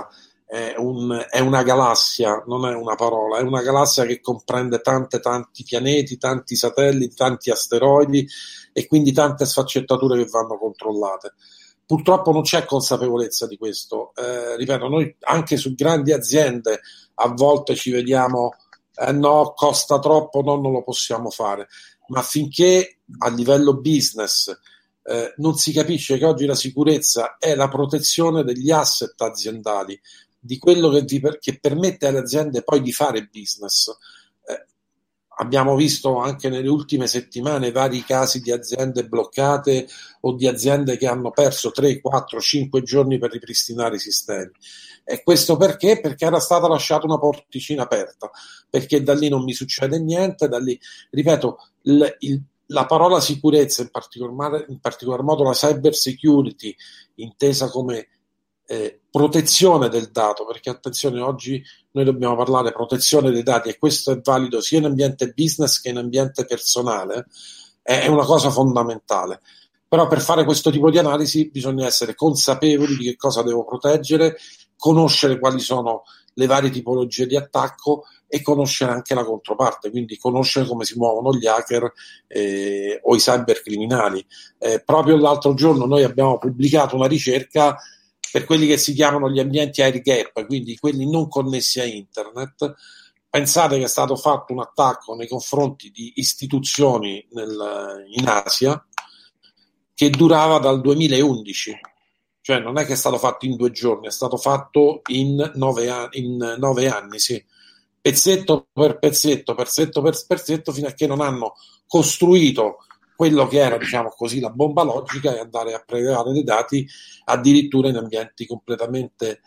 [SPEAKER 7] è, un, è una galassia, non è una parola, è una galassia che comprende tante tanti pianeti, tanti satelliti, tanti asteroidi e quindi tante sfaccettature che vanno controllate. Purtroppo non c'è consapevolezza di questo. Eh, ripeto, noi anche su grandi aziende a volte ci vediamo, eh, no, costa troppo, no, non lo possiamo fare. Ma finché a livello business eh, non si capisce che oggi la sicurezza è la protezione degli asset aziendali, di quello che, vi, che permette alle aziende poi di fare business. Eh, abbiamo visto anche nelle ultime settimane vari casi di aziende bloccate o di aziende che hanno perso tre, quattro, cinque giorni per ripristinare i sistemi. E questo perché? Perché era stata lasciata una porticina aperta, perché da lì non mi succede niente, da lì, ripeto, il, il, la parola sicurezza, in particolar, in particolar modo la cyber security, intesa come eh, protezione del dato, perché attenzione, oggi noi dobbiamo parlare protezione dei dati e questo è valido sia in ambiente business che in ambiente personale, è, è una cosa fondamentale. Però per fare questo tipo di analisi bisogna essere consapevoli di che cosa devo proteggere, conoscere quali sono le varie tipologie di attacco e conoscere anche la controparte, quindi conoscere come si muovono gli hacker eh, o i cybercriminali. Eh, proprio l'altro giorno noi abbiamo pubblicato una ricerca per quelli che si chiamano gli ambienti air gap, quindi quelli non connessi a internet. Pensate che è stato fatto un attacco nei confronti di istituzioni nel, in Asia che durava dal duemilaundici. Cioè non è che è stato fatto in due giorni, è stato fatto in nove, an- in nove anni, sì. Pezzetto per pezzetto, pezzetto per pezzetto, fino a che non hanno costruito quello che era, diciamo così, la bomba logica e andare a prelevare dei dati addirittura in ambienti completamente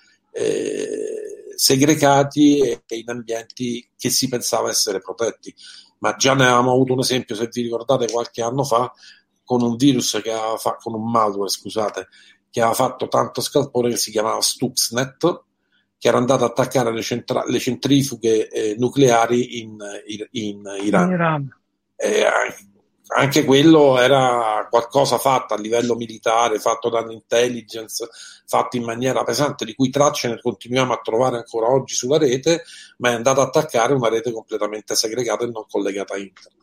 [SPEAKER 7] eh, segregati e in ambienti che si pensava essere protetti. Ma già ne avevamo avuto un esempio, se vi ricordate, qualche anno fa, con un virus che aveva fatto, con un malware, scusate, che aveva fatto tanto scalpore, che si chiamava Stuxnet, che era andato ad attaccare le, centra- le centrifughe eh, nucleari in, in, in Iran. In Iran. Eh, anche quello era qualcosa fatto a livello militare, fatto dall'intelligence, fatto in maniera pesante, di cui tracce ne continuiamo a trovare ancora oggi sulla rete, ma è andato ad attaccare una rete completamente segregata e non collegata a internet.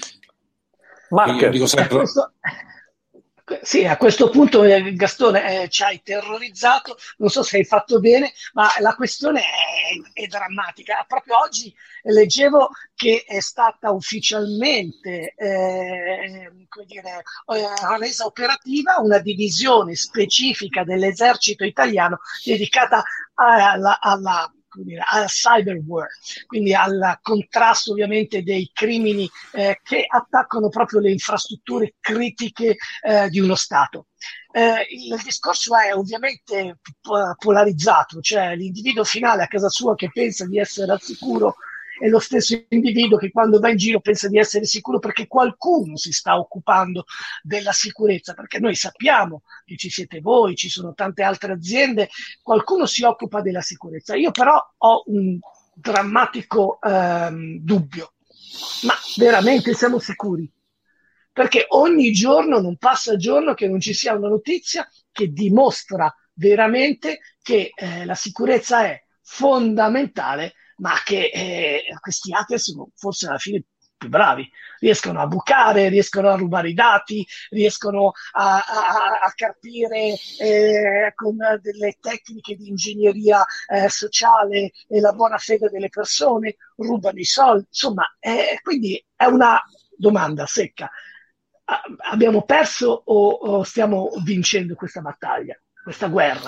[SPEAKER 1] Mark,
[SPEAKER 7] io dico sempre...
[SPEAKER 3] questo... Sì, a questo punto eh, Gastone eh, ci hai terrorizzato, non so se hai fatto bene, ma la questione è, è drammatica. Proprio oggi leggevo che è stata ufficialmente eh, come dire, eh, resa operativa una divisione specifica dell'esercito italiano dedicata alla, alla al cyberwar, quindi al contrasto ovviamente dei crimini eh, che attaccano proprio le infrastrutture critiche eh, di uno Stato. Eh, il discorso è ovviamente polarizzato, cioè l'individuo finale a casa sua che pensa di essere al sicuro è lo stesso individuo che quando va in giro pensa di essere sicuro perché qualcuno si sta occupando della sicurezza, perché noi sappiamo che ci siete voi, ci sono tante altre aziende, qualcuno si occupa della sicurezza. Io però ho un drammatico ehm, dubbio, ma veramente siamo sicuri? Perché ogni giorno, non passa giorno che non ci sia una notizia che dimostra veramente che eh, la sicurezza è fondamentale, ma che eh, questi hacker sono forse alla fine più bravi, riescono a bucare, riescono a rubare i dati, riescono a, a, a carpire eh, con delle tecniche di ingegneria eh, sociale e la buona fede delle persone, rubano i soldi, insomma, eh, quindi è una domanda secca. Abbiamo perso o, o stiamo vincendo questa battaglia, questa guerra?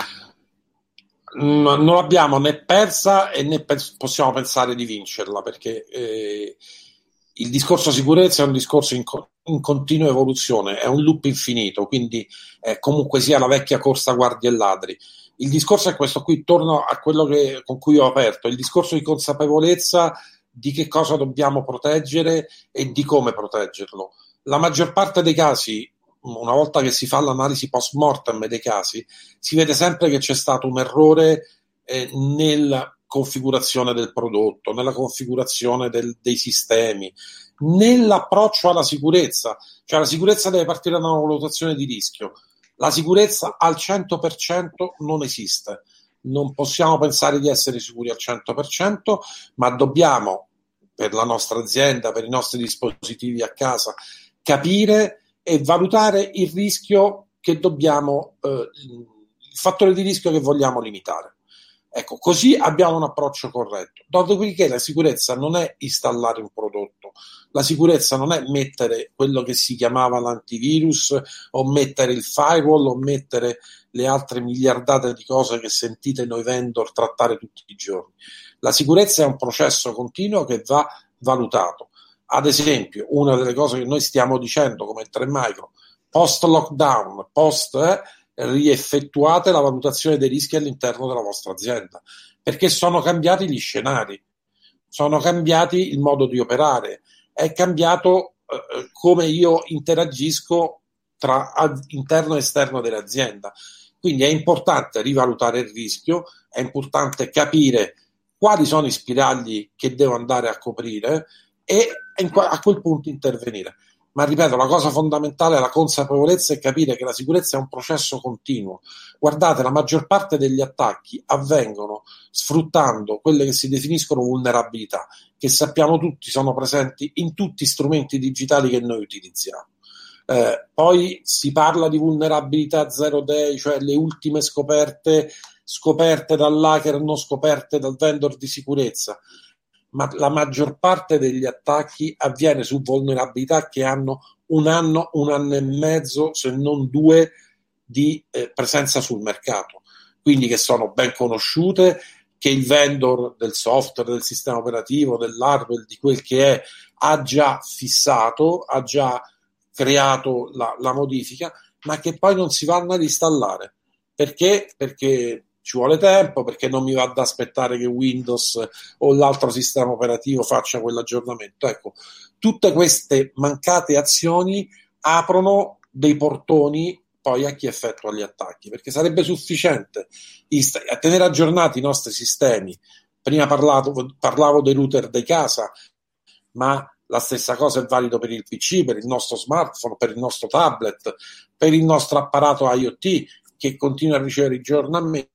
[SPEAKER 7] Non l'abbiamo né persa e né pens- possiamo pensare di vincerla, perché eh, il discorso sicurezza è un discorso in, co- in continua evoluzione, è un loop infinito, quindi eh, comunque sia la vecchia corsa guardie e ladri. Il discorso è questo qui, torno a quello che, con cui ho aperto, il discorso di consapevolezza di che cosa dobbiamo proteggere e di come proteggerlo. La maggior parte dei casi, una volta che si fa l'analisi post mortem dei casi, si vede sempre che c'è stato un errore eh, nella configurazione del prodotto, nella configurazione del, dei sistemi, nell'approccio alla sicurezza. Cioè la sicurezza deve partire da una valutazione di rischio. La sicurezza al cento per cento non esiste. non possiamo pensare di essere sicuri al cento per cento, ma dobbiamo, per la nostra azienda, per i nostri dispositivi a casa, capire e valutare il rischio che dobbiamo, eh, il fattore di rischio che vogliamo limitare. Ecco, così abbiamo un approccio corretto. Dopodiché la sicurezza non è installare un prodotto, la sicurezza non è mettere quello che si chiamava l'antivirus o mettere il firewall o mettere le altre miliardate di cose che sentite noi vendor trattare tutti i giorni. La sicurezza è un processo continuo che va valutato. Ad esempio, una delle cose che noi stiamo dicendo come Tremicro, post lockdown, post eh, rieffettuate la valutazione dei rischi all'interno della vostra azienda, perché sono cambiati gli scenari, sono cambiati il modo di operare, è cambiato eh, come io interagisco tra interno e esterno dell'azienda. Quindi è importante rivalutare il rischio, è importante capire quali sono i spiragli che devo andare a coprire e a quel punto intervenire. Ma ripeto, la cosa fondamentale è la consapevolezza e capire che la sicurezza è un processo continuo. Guardate, la maggior parte degli attacchi avvengono sfruttando quelle che si definiscono vulnerabilità, che sappiamo tutti sono presenti in tutti gli strumenti digitali che noi utilizziamo. Eh, poi si parla di vulnerabilità zero day, cioè le ultime scoperte, scoperte dall'hacker, non scoperte dal vendor di sicurezza. Ma la maggior parte degli attacchi avviene su vulnerabilità che hanno un anno, un anno e mezzo, se non due, di eh, presenza sul mercato. Quindi che sono ben conosciute, che il vendor del software, del sistema operativo, dell'hardware, di quel che è, ha già fissato, ha già creato la, la modifica, ma che poi non si vanno ad installare. Perché? Perché ci vuole tempo, perché non mi va ad aspettare che Windows o l'altro sistema operativo faccia quell'aggiornamento. Ecco, tutte queste mancate azioni aprono dei portoni poi a chi effettua gli attacchi, perché sarebbe sufficiente a tenere aggiornati i nostri sistemi. Prima parlavo, parlavo dei router di casa, ma la stessa cosa è valido per il P C, per il nostro smartphone, per il nostro tablet, per il nostro apparato IoT che continua a ricevere aggiornamenti.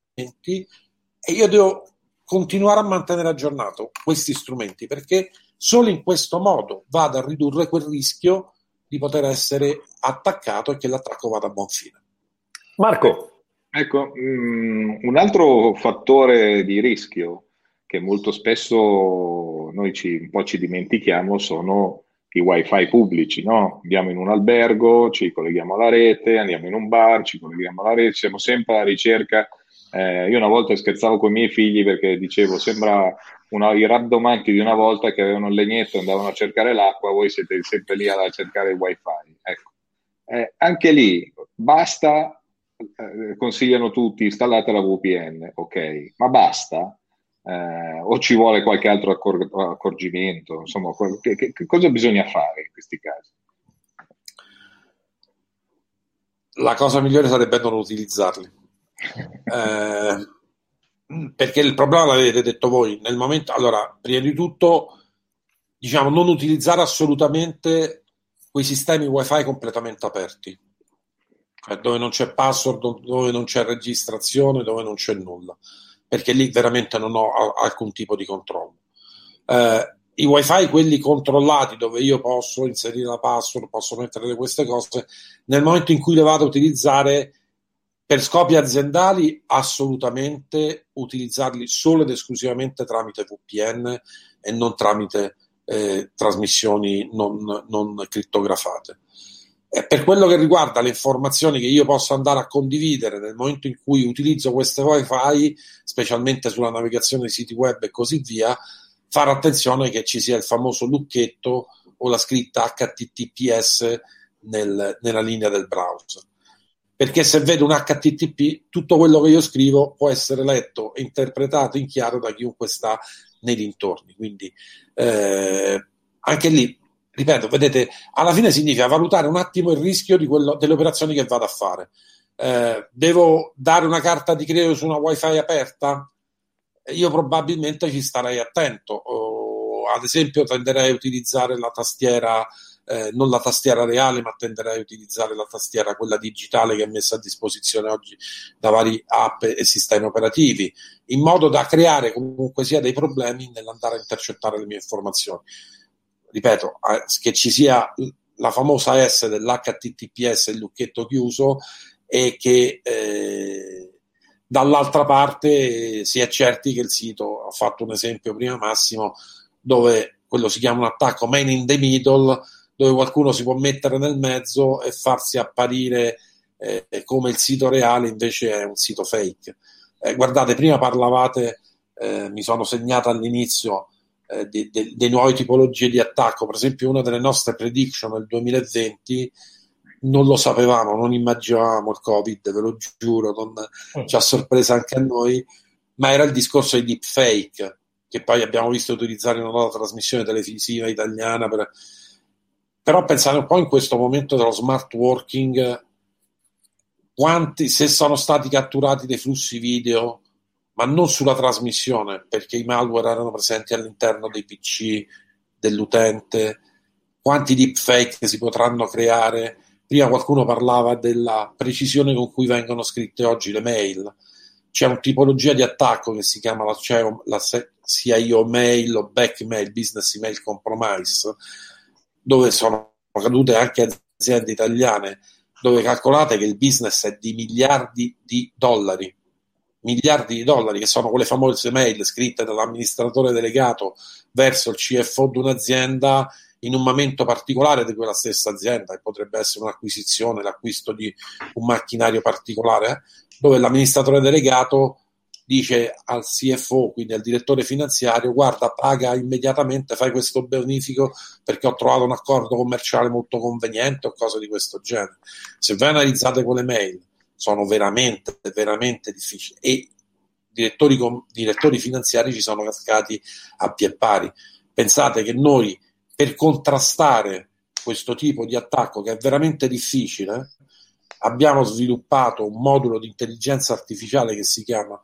[SPEAKER 7] E io devo continuare a mantenere aggiornato questi strumenti, perché solo in questo modo vado a ridurre quel rischio di poter essere attaccato e che l'attacco vada a buon fine.
[SPEAKER 1] Marco.
[SPEAKER 2] Ecco, um, un altro fattore di rischio che molto spesso noi ci, un po' ci dimentichiamo sono i wifi pubblici, no? Andiamo in un albergo, ci colleghiamo alla rete, andiamo in un bar, ci colleghiamo alla rete, siamo sempre alla ricerca. Eh, io una volta scherzavo con i miei figli perché dicevo sembra una, i rabdomanti di una volta che avevano il legnetto e andavano a cercare l'acqua, voi siete sempre lì a cercare il wifi. Ecco. Eh, anche lì basta, eh, consigliano tutti installate la V P N, ok, ma basta? Eh, o ci vuole qualche altro accor- accorgimento? Insomma, che, che, che cosa bisogna fare in questi casi?
[SPEAKER 7] La cosa migliore sarebbe non utilizzarli. Eh, perché il problema l'avete detto voi nel momento. Allora, prima di tutto, diciamo, non utilizzare assolutamente quei sistemi wifi completamente aperti, cioè dove non c'è password, dove non c'è registrazione, dove non c'è nulla, perché lì veramente non ho alcun tipo di controllo. Eh, i wifi, quelli controllati, dove io posso inserire la password, posso mettere queste cose, nel momento in cui le vado a utilizzare per scopi aziendali, assolutamente utilizzarli solo ed esclusivamente tramite V P N e non tramite eh, trasmissioni non, non crittografate. E per quello che riguarda le informazioni che io posso andare a condividere nel momento in cui utilizzo queste wifi, specialmente sulla navigazione dei siti web e così via, fare attenzione che ci sia il famoso lucchetto o la scritta H T T P S nel, nella linea del browser. Perché se vedo un H T T P, tutto quello che io scrivo può essere letto e interpretato in chiaro da chiunque sta nei dintorni. Quindi eh, anche lì, ripeto, vedete, alla fine significa valutare un attimo il rischio di quello, delle operazioni che vado a fare. Eh, devo dare una carta di credito su una wifi aperta? Io probabilmente ci starei attento. O, ad esempio, tenderei a utilizzare la tastiera eh, non la tastiera reale, ma tenderei a utilizzare la tastiera, quella digitale che è messa a disposizione oggi da vari app e sistemi operativi, in modo da creare comunque sia dei problemi nell'andare a intercettare le mie informazioni. Ripeto, eh, che ci sia la famosa S dell'H T T P S, il lucchetto chiuso, e che eh, dall'altra parte si è certi che il sito, ho fatto un esempio prima Massimo, dove quello si chiama un attacco man in the middle, dove qualcuno si può mettere nel mezzo e farsi apparire eh, come il sito reale, invece è un sito fake. Eh, guardate, prima parlavate, eh, mi sono segnato all'inizio, eh, di, de, dei nuove tipologie di attacco. Per esempio, una delle nostre prediction nel duemilaventi non lo sapevamo, non immaginavamo il Covid, ve lo giuro, non, ci ha sorpresa anche a noi, ma era il discorso di deepfake, che poi abbiamo visto utilizzare in una nuova trasmissione televisiva italiana. Per... Però pensate un po' in questo momento dello smart working, quanti, se sono stati catturati dei flussi video, ma non sulla trasmissione, perché i malware erano presenti all'interno dei P C dell'utente, quanti deepfake si potranno creare. Prima qualcuno parlava della precisione con cui vengono scritte oggi le mail. C'è una tipologia di attacco che si chiama la, cioè, la C I O mail o back mail, business email compromise, dove sono cadute anche aziende italiane, dove calcolate che il business è di miliardi di dollari, miliardi di dollari, che sono quelle famose mail scritte dall'amministratore delegato verso il C F O di un'azienda in un momento particolare di quella stessa azienda, che potrebbe essere un'acquisizione, l'acquisto di un macchinario particolare, dove l'amministratore delegato dice al C F O, quindi al direttore finanziario: guarda, paga immediatamente, fai questo bonifico perché ho trovato un accordo commerciale molto conveniente o cose di questo genere. Se voi analizzate quelle mail, sono veramente, veramente difficili, e direttori, direttori finanziari ci sono cascati a piè pari. Pensate che noi, per contrastare questo tipo di attacco, che è veramente difficile, abbiamo sviluppato un modulo di intelligenza artificiale che si chiama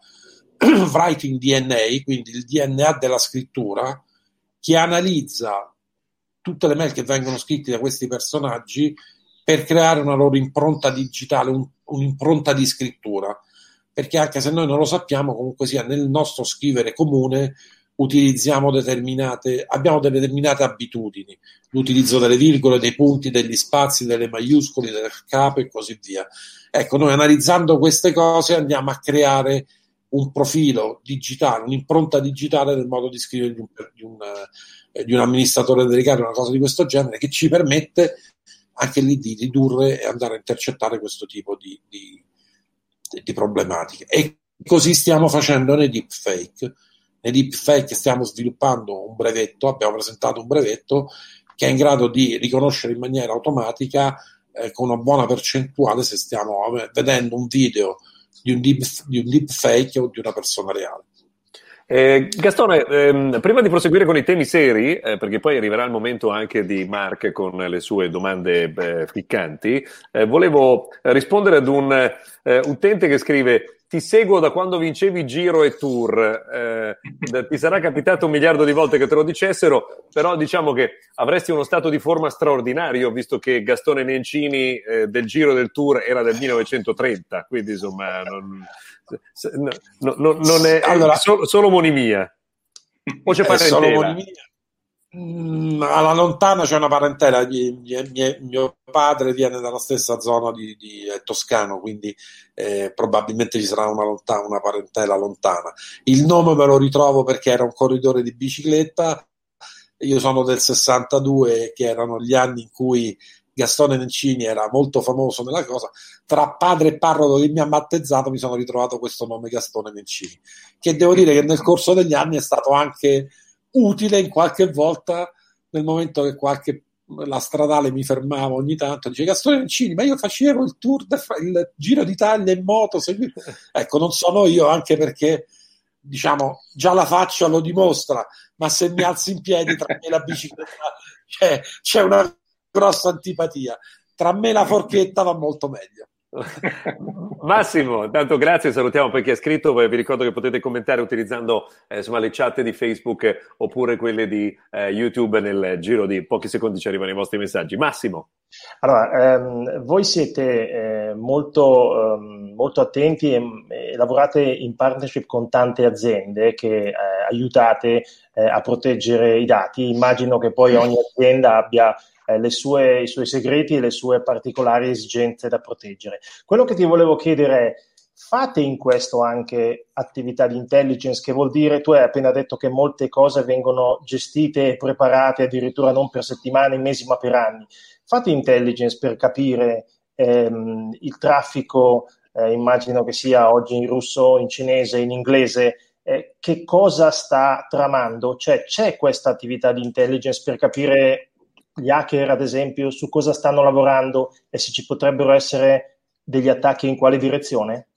[SPEAKER 7] Writing D N A, quindi il D N A della scrittura, che analizza tutte le mail che vengono scritte da questi personaggi per creare una loro impronta digitale, un, un'impronta di scrittura, perché anche se noi non lo sappiamo, comunque sia nel nostro scrivere comune utilizziamo determinate, abbiamo delle determinate abitudini, l'utilizzo delle virgole, dei punti, degli spazi, delle maiuscole, del capo e così via. Ecco, noi analizzando queste cose andiamo a creare un profilo digitale, un'impronta digitale del modo di scrivere di un, di un, eh, di un amministratore delegato, una cosa di questo genere, che ci permette anche lì di ridurre e andare a intercettare questo tipo di, di, di problematiche. E così stiamo facendo nei deepfake. Nei deepfake stiamo sviluppando un brevetto, abbiamo presentato un brevetto che è in grado di riconoscere in maniera automatica, eh, con una buona percentuale, se stiamo vedendo un video di un, deep, di un deepfake o di una persona reale.
[SPEAKER 1] Eh, Gastone, ehm, prima di proseguire con i temi seri, eh, perché poi arriverà il momento anche di Mark con le sue domande eh, piccanti, eh, volevo rispondere ad un eh, utente che scrive: ti seguo da quando vincevi Giro e Tour, eh, ti sarà capitato un miliardo di volte che te lo dicessero, però diciamo che avresti uno stato di forma straordinario, visto che Gastone Nencini eh, del Giro e del Tour era del millenovecentotrenta, quindi insomma non, no, no, non è, allora, è solo, solo monimia. O c'è parentela?
[SPEAKER 7] Solo monimia. Mm, alla lontana c'è una parentela. Mie, mie, mio padre viene dalla stessa zona di, di è toscano, quindi eh, probabilmente ci sarà una, lontana, una parentela lontana. Il nome me lo ritrovo perché era un corridore di bicicletta. Io sono del sessantadue, che erano gli anni in cui Gastone Nencini era molto famoso nella cosa. Tra padre e parroco che mi ha battezzato mi sono ritrovato questo nome Gastone Nencini, che devo dire che nel corso degli anni è stato anche utile in qualche volta, nel momento che qualche la stradale mi fermava ogni tanto, dice: Gastone Nencini, ma io facevo il tour de, il Giro d'Italia in moto, segui... ecco, non sono io, anche perché diciamo già la faccia lo dimostra, ma se mi alzi in piedi tra me e la bicicletta c'è, c'è una grossa antipatia, tra me e la forchetta va molto meglio.
[SPEAKER 1] Massimo, tanto grazie, salutiamo per chi ha scritto, vi ricordo che potete commentare utilizzando eh, insomma, le chat di Facebook eh, oppure quelle di eh, YouTube, nel giro di pochi secondi ci arrivano i vostri messaggi. Massimo.
[SPEAKER 4] Allora, ehm, voi siete eh, molto, ehm, molto attenti e, e lavorate in partnership con tante aziende che eh, aiutate eh, a proteggere i dati. Immagino che poi ogni azienda abbia eh, le sue, i suoi segreti e le sue particolari esigenze da proteggere. Quello che ti volevo chiedere è: fate in questo anche attività di intelligence, che vuol dire, tu hai appena detto che molte cose vengono gestite e preparate addirittura non per settimane, mesi, ma per anni. Fate intelligence per capire ehm, il traffico, eh, immagino che sia oggi in russo, in cinese, in inglese, eh, che cosa sta tramando? Cioè, c'è questa attività di intelligence per capire gli hacker, ad esempio, su cosa stanno lavorando e se ci potrebbero essere degli attacchi in quale direzione?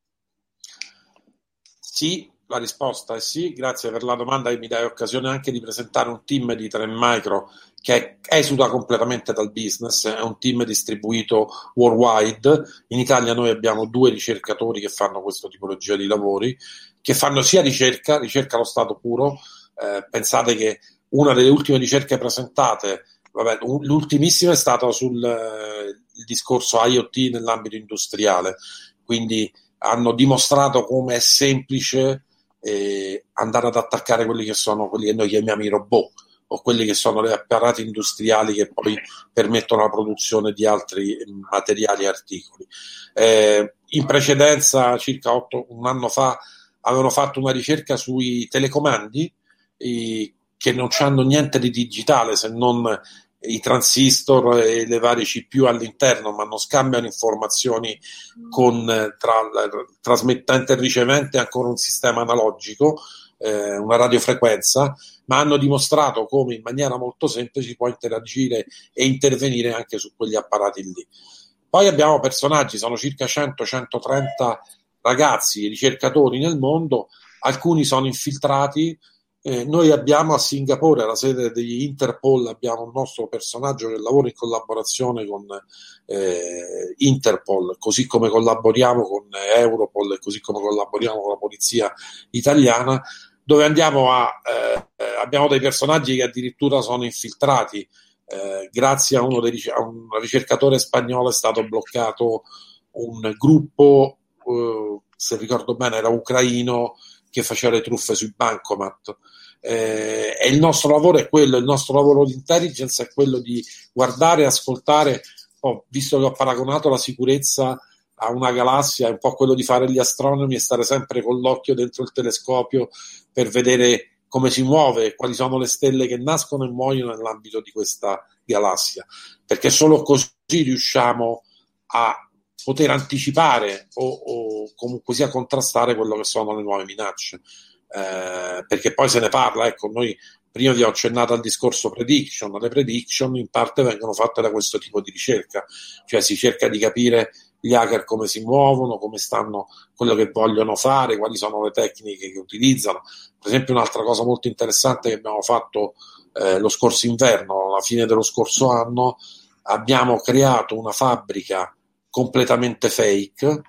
[SPEAKER 7] Sì, la risposta è sì, grazie per la domanda che mi dai occasione anche di presentare un team di Trend Micro che esula completamente dal business, è un team distribuito worldwide. In Italia noi abbiamo due ricercatori che fanno questa tipologia di lavori, che fanno sia ricerca, ricerca allo stato puro. Eh, pensate che una delle ultime ricerche presentate, vabbè, l'ultimissima è stata sul eh, il discorso IoT nell'ambito industriale, quindi hanno dimostrato come è semplice eh, andare ad attaccare quelli che sono quelli che noi chiamiamo i robot, o quelli che sono gli apparati industriali che poi permettono la produzione di altri materiali e articoli. Eh, in precedenza, circa otto, un anno fa, avevano fatto una ricerca sui telecomandi eh, che non hanno niente di digitale se non i transistor e le varie C P U all'interno, ma non scambiano informazioni con tra trasmettente e ricevente, ancora un sistema analogico, eh, una radiofrequenza, ma hanno dimostrato come in maniera molto semplice si può interagire e intervenire anche su quegli apparati lì. Poi abbiamo personaggi, sono circa cento centotrenta ragazzi, ricercatori nel mondo, alcuni sono infiltrati. Eh, noi abbiamo a Singapore, alla sede di Interpol, abbiamo un nostro personaggio che lavora in collaborazione con eh, Interpol, così come collaboriamo con Europol e così come collaboriamo con la polizia italiana, dove andiamo a eh, abbiamo dei personaggi che addirittura sono infiltrati. Eh, grazie a uno dei a un ricercatore spagnolo è stato bloccato un gruppo, eh, se ricordo bene era ucraino, che faceva le truffe sui bancomat. Eh, e il nostro lavoro è quello, il nostro lavoro di intelligence è quello di guardare, ascoltare. Oh, visto che ho paragonato la sicurezza a una galassia, è un po' quello di fare gli astronomi e stare sempre con l'occhio dentro il telescopio per vedere come si muove, quali sono le stelle che nascono e muoiono nell'ambito di questa galassia, perché solo così riusciamo a poter anticipare o, o comunque sia contrastare quello che sono le nuove minacce, eh, perché poi se ne parla. Ecco, noi prima vi ho accennato al discorso prediction. Le prediction in parte vengono fatte da questo tipo di ricerca, cioè si cerca di capire gli hacker come si muovono, come stanno, quello che vogliono fare, quali sono le tecniche che utilizzano. Per esempio, un'altra cosa molto interessante che abbiamo fatto eh, lo scorso inverno, alla fine dello scorso anno, abbiamo creato una fabbrica completamente fake,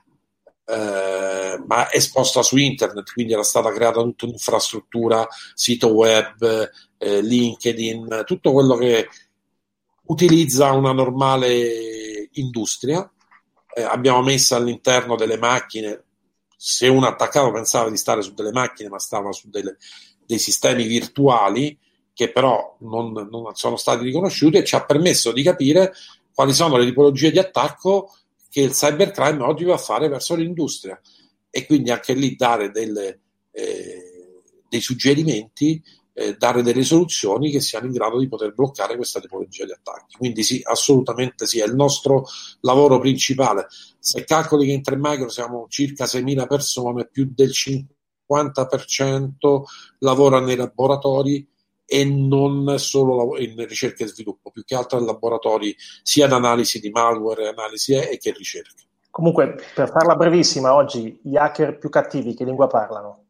[SPEAKER 7] eh, ma esposta su internet, quindi era stata creata tutta un'infrastruttura, sito web, eh, LinkedIn, tutto quello che utilizza una normale industria. Eh, abbiamo messo all'interno delle macchine, se uno attaccava pensava di stare su delle macchine, ma stava su delle, dei sistemi virtuali che però non, non sono stati riconosciuti, e ci ha permesso di capire quali sono le tipologie di attacco che il cybercrime oggi va a fare verso l'industria, e quindi anche lì dare delle, eh, dei suggerimenti, eh, dare delle soluzioni che siano in grado di poter bloccare questa tipologia di attacchi. Quindi sì, assolutamente sì, è il nostro lavoro principale. Se calcoli che in Trend Micro siamo circa seimila persone, più del cinquanta per cento lavora nei laboratori e non solo in ricerca e sviluppo, più che altro in laboratori sia di analisi di malware, analisi e che ricerca.
[SPEAKER 4] Comunque, per farla brevissima, oggi gli hacker più cattivi che lingua parlano?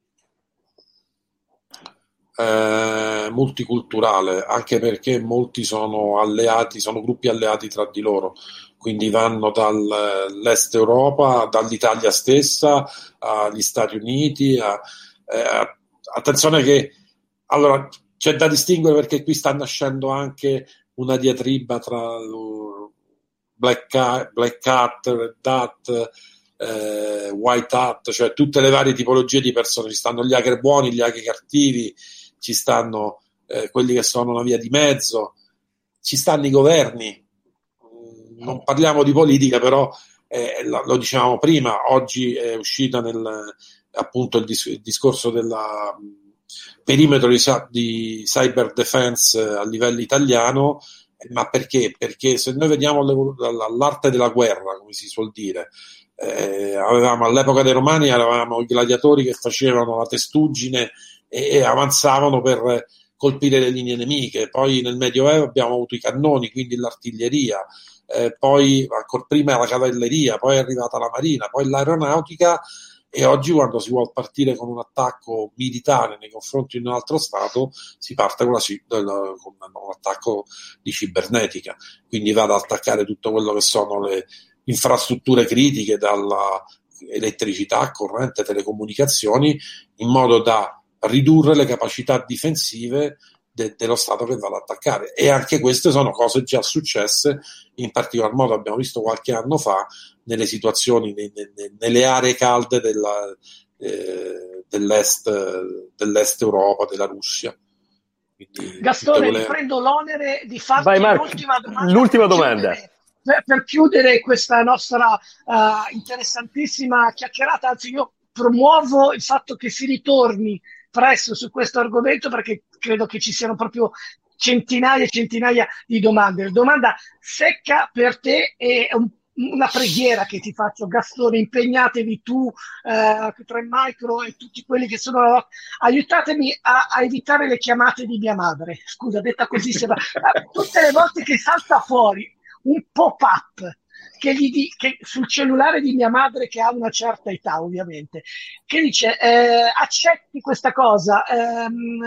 [SPEAKER 7] Eh, multiculturale, anche perché molti sono alleati, sono gruppi alleati tra di loro, quindi vanno dall'est Europa, dall'Italia stessa agli Stati Uniti. A, eh, attenzione che allora c'è da distinguere, perché qui sta nascendo anche una diatriba tra Black Hat, Black Hat, Red Hat, eh, White Hat, cioè tutte le varie tipologie di persone. Ci stanno gli hacker buoni, gli hacker cattivi, ci stanno eh, quelli che sono una via di mezzo, ci stanno i governi. Non parliamo di politica, però eh, lo dicevamo prima, oggi è uscita nel, appunto il, dis- il discorso del perimetro di, di cyber defense a livello italiano. Ma perché? Perché se noi vediamo l'arte della guerra, come si suol dire, eh, avevamo all'epoca dei Romani avevamo i gladiatori che facevano la testuggine e, e avanzavano per colpire le linee nemiche. Poi nel Medioevo abbiamo avuto i cannoni, quindi l'artiglieria, eh, poi ancora prima la cavalleria, poi è arrivata la marina, poi l'aeronautica, e oggi quando si vuole partire con un attacco militare nei confronti di un altro stato si parte con, la, con un attacco di cibernetica, quindi va ad attaccare tutto quello che sono le infrastrutture critiche, dalla elettricità, corrente, telecomunicazioni, in modo da ridurre le capacità difensive de- dello Stato che va ad attaccare. E anche queste sono cose già successe, in particolar modo abbiamo visto qualche anno fa nelle situazioni, ne- ne- nelle aree calde della, eh, dell'est, dell'est Europa, della Russia. Quindi,
[SPEAKER 3] Gastone,
[SPEAKER 7] quelle...
[SPEAKER 3] mi prendo l'onere di farti
[SPEAKER 1] Vai, Mark,
[SPEAKER 3] l'ultima domanda.
[SPEAKER 1] l'ultima
[SPEAKER 3] per
[SPEAKER 1] domanda.
[SPEAKER 3] Chiudere, per, per chiudere questa nostra uh, interessantissima chiacchierata, anzi io promuovo il fatto che si ritorni presto su questo argomento, perché credo che ci siano proprio centinaia e centinaia di domande. La domanda secca per te è un una preghiera che ti faccio, Gastone: impegnatevi tu, eh, Trend Micro e tutti quelli che sono, aiutatemi a, a evitare le chiamate di mia madre. Scusa, detta così, sembra, tutte le volte che salta fuori un pop-up che gli di, che sul cellulare di mia madre, che ha una certa età ovviamente, che dice eh, accetti questa cosa, ehm,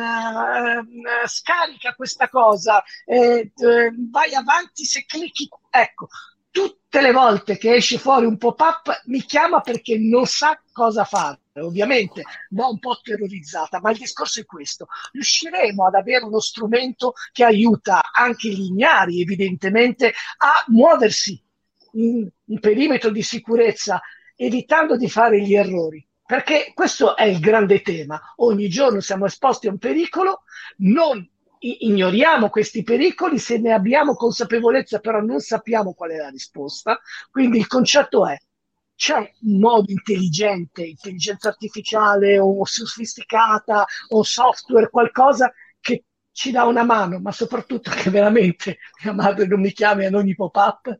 [SPEAKER 3] eh, scarica questa cosa, eh, eh, vai avanti se clicchi, ecco. Tutte le volte che esce fuori un pop-up mi chiama perché non sa cosa fare. Ovviamente va un po' terrorizzata, ma il discorso è questo: riusciremo ad avere uno strumento che aiuta anche gli ignari, evidentemente, a muoversi in un perimetro di sicurezza, evitando di fare gli errori. Perché questo è il grande tema. Ogni giorno siamo esposti a un pericolo, non ignoriamo questi pericoli, se ne abbiamo consapevolezza però non sappiamo qual è la risposta. Quindi il concetto è: c'è un modo intelligente, intelligenza artificiale o sofisticata o software, qualcosa che ci dà una mano, ma soprattutto che veramente mia madre non mi chiami ad ogni pop-up?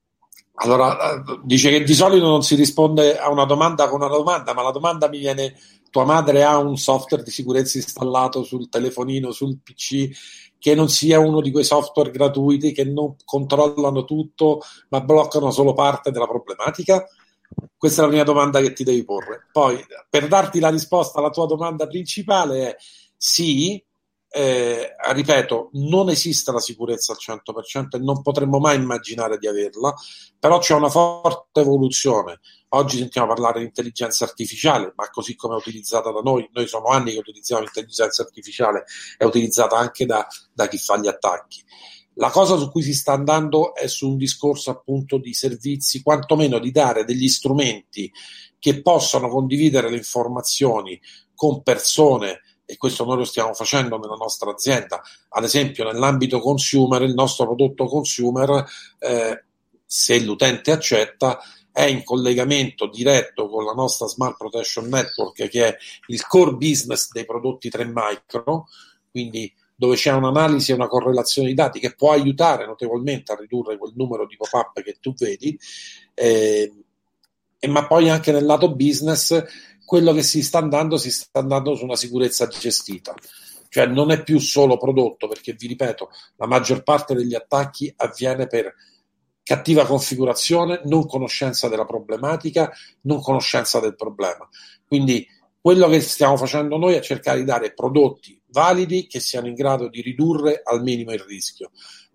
[SPEAKER 7] Allora, dice che di solito non si risponde a una domanda con una domanda, ma la domanda mi viene: tua madre ha un software di sicurezza installato sul telefonino, sul P C, che non sia uno di quei software gratuiti che non controllano tutto ma bloccano solo parte della problematica? Questa è la prima domanda che ti devi porre. Poi, per darti la risposta alla tua domanda principale, è sì. Eh, ripeto, non esiste la sicurezza al cento per cento e non potremmo mai immaginare di averla, però c'è una forte evoluzione. Oggi sentiamo parlare di intelligenza artificiale, ma così come è utilizzata da noi, noi sono anni che utilizziamo l'intelligenza artificiale, è utilizzata anche da, da chi fa gli attacchi. La cosa su cui si sta andando è su un discorso appunto di servizi, quantomeno di dare degli strumenti che possano condividere le informazioni con persone, e questo noi lo stiamo facendo nella nostra azienda. Ad esempio, nell'ambito consumer, il nostro prodotto consumer, eh, se l'utente accetta, è in collegamento diretto con la nostra Smart Protection Network, che è il core business dei prodotti Trend Micro, quindi dove c'è un'analisi e una correlazione di dati che può aiutare notevolmente a ridurre quel numero di pop-up che tu vedi, eh, e ma poi anche nel lato business quello che si sta andando, si sta andando su una sicurezza gestita, cioè non è più solo prodotto, perché vi ripeto, la maggior parte degli attacchi avviene per cattiva configurazione, non conoscenza della problematica, non conoscenza del problema. Quindi quello che stiamo facendo noi è cercare di dare prodotti validi che siano in grado di ridurre al minimo il rischio.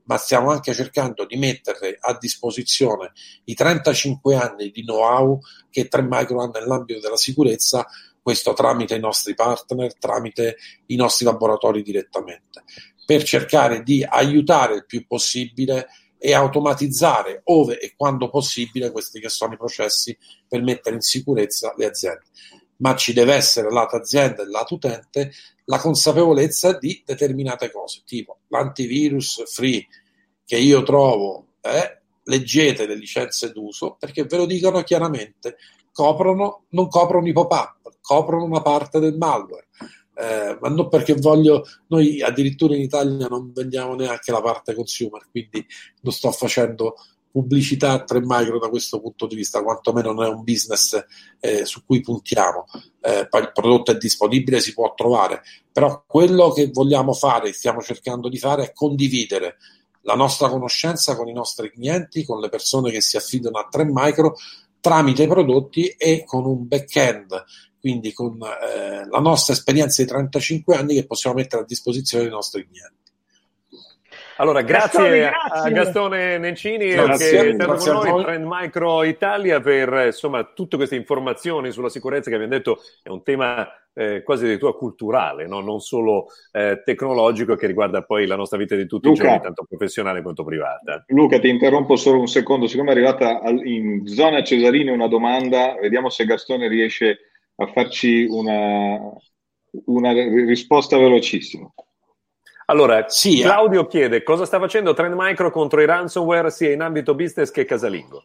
[SPEAKER 7] ma stiamo anche cercando di mettere a disposizione i trentacinque anni di know-how che Trend Micro ha nell'ambito della sicurezza, questo tramite i nostri partner, tramite i nostri laboratori direttamente, per cercare di aiutare il più possibile e automatizzare ove e quando possibile questi che sono i processi per mettere in sicurezza le aziende. Ma ci deve essere lato azienda e lato utente la consapevolezza di determinate cose, tipo l'antivirus free che io trovo, eh, leggete le licenze d'uso, perché ve lo dicono chiaramente, coprono, non coprono i pop-up, coprono una parte del malware. Eh, ma non perché voglio, noi addirittura in Italia non vendiamo neanche la parte consumer, quindi non sto facendo pubblicità a Trend Micro da questo punto di vista, quantomeno non è un business eh, su cui puntiamo. Eh, poi il prodotto è disponibile, si può trovare, però quello che vogliamo fare, stiamo cercando di fare, è condividere la nostra conoscenza con i nostri clienti, con le persone che si affidano a Trend Micro tramite i prodotti e con un back-end, quindi con eh, la nostra esperienza di trentacinque anni che possiamo mettere a disposizione dei nostri clienti.
[SPEAKER 1] Allora, grazie,
[SPEAKER 3] Gastone, grazie.
[SPEAKER 1] a Gastone Nencini
[SPEAKER 7] Grazie,
[SPEAKER 1] che è stato
[SPEAKER 7] grazie
[SPEAKER 1] con
[SPEAKER 7] a
[SPEAKER 1] noi,
[SPEAKER 7] voi.
[SPEAKER 1] Trend Micro Italia, per insomma tutte queste informazioni sulla sicurezza che abbiamo detto è un tema eh, quasi addirittura culturale, no? Non solo eh, tecnologico, che riguarda poi la nostra vita di tutti
[SPEAKER 2] Luca,
[SPEAKER 1] i giorni, tanto professionale quanto privata.
[SPEAKER 2] Luca, ti interrompo solo un secondo, siccome è arrivata al- in zona Cesarini una domanda, vediamo se Gastone riesce a farci una, una risposta velocissima.
[SPEAKER 1] Allora,
[SPEAKER 7] Sì,
[SPEAKER 1] Claudio chiede cosa sta facendo Trend Micro contro i ransomware sia in ambito business che casalingo.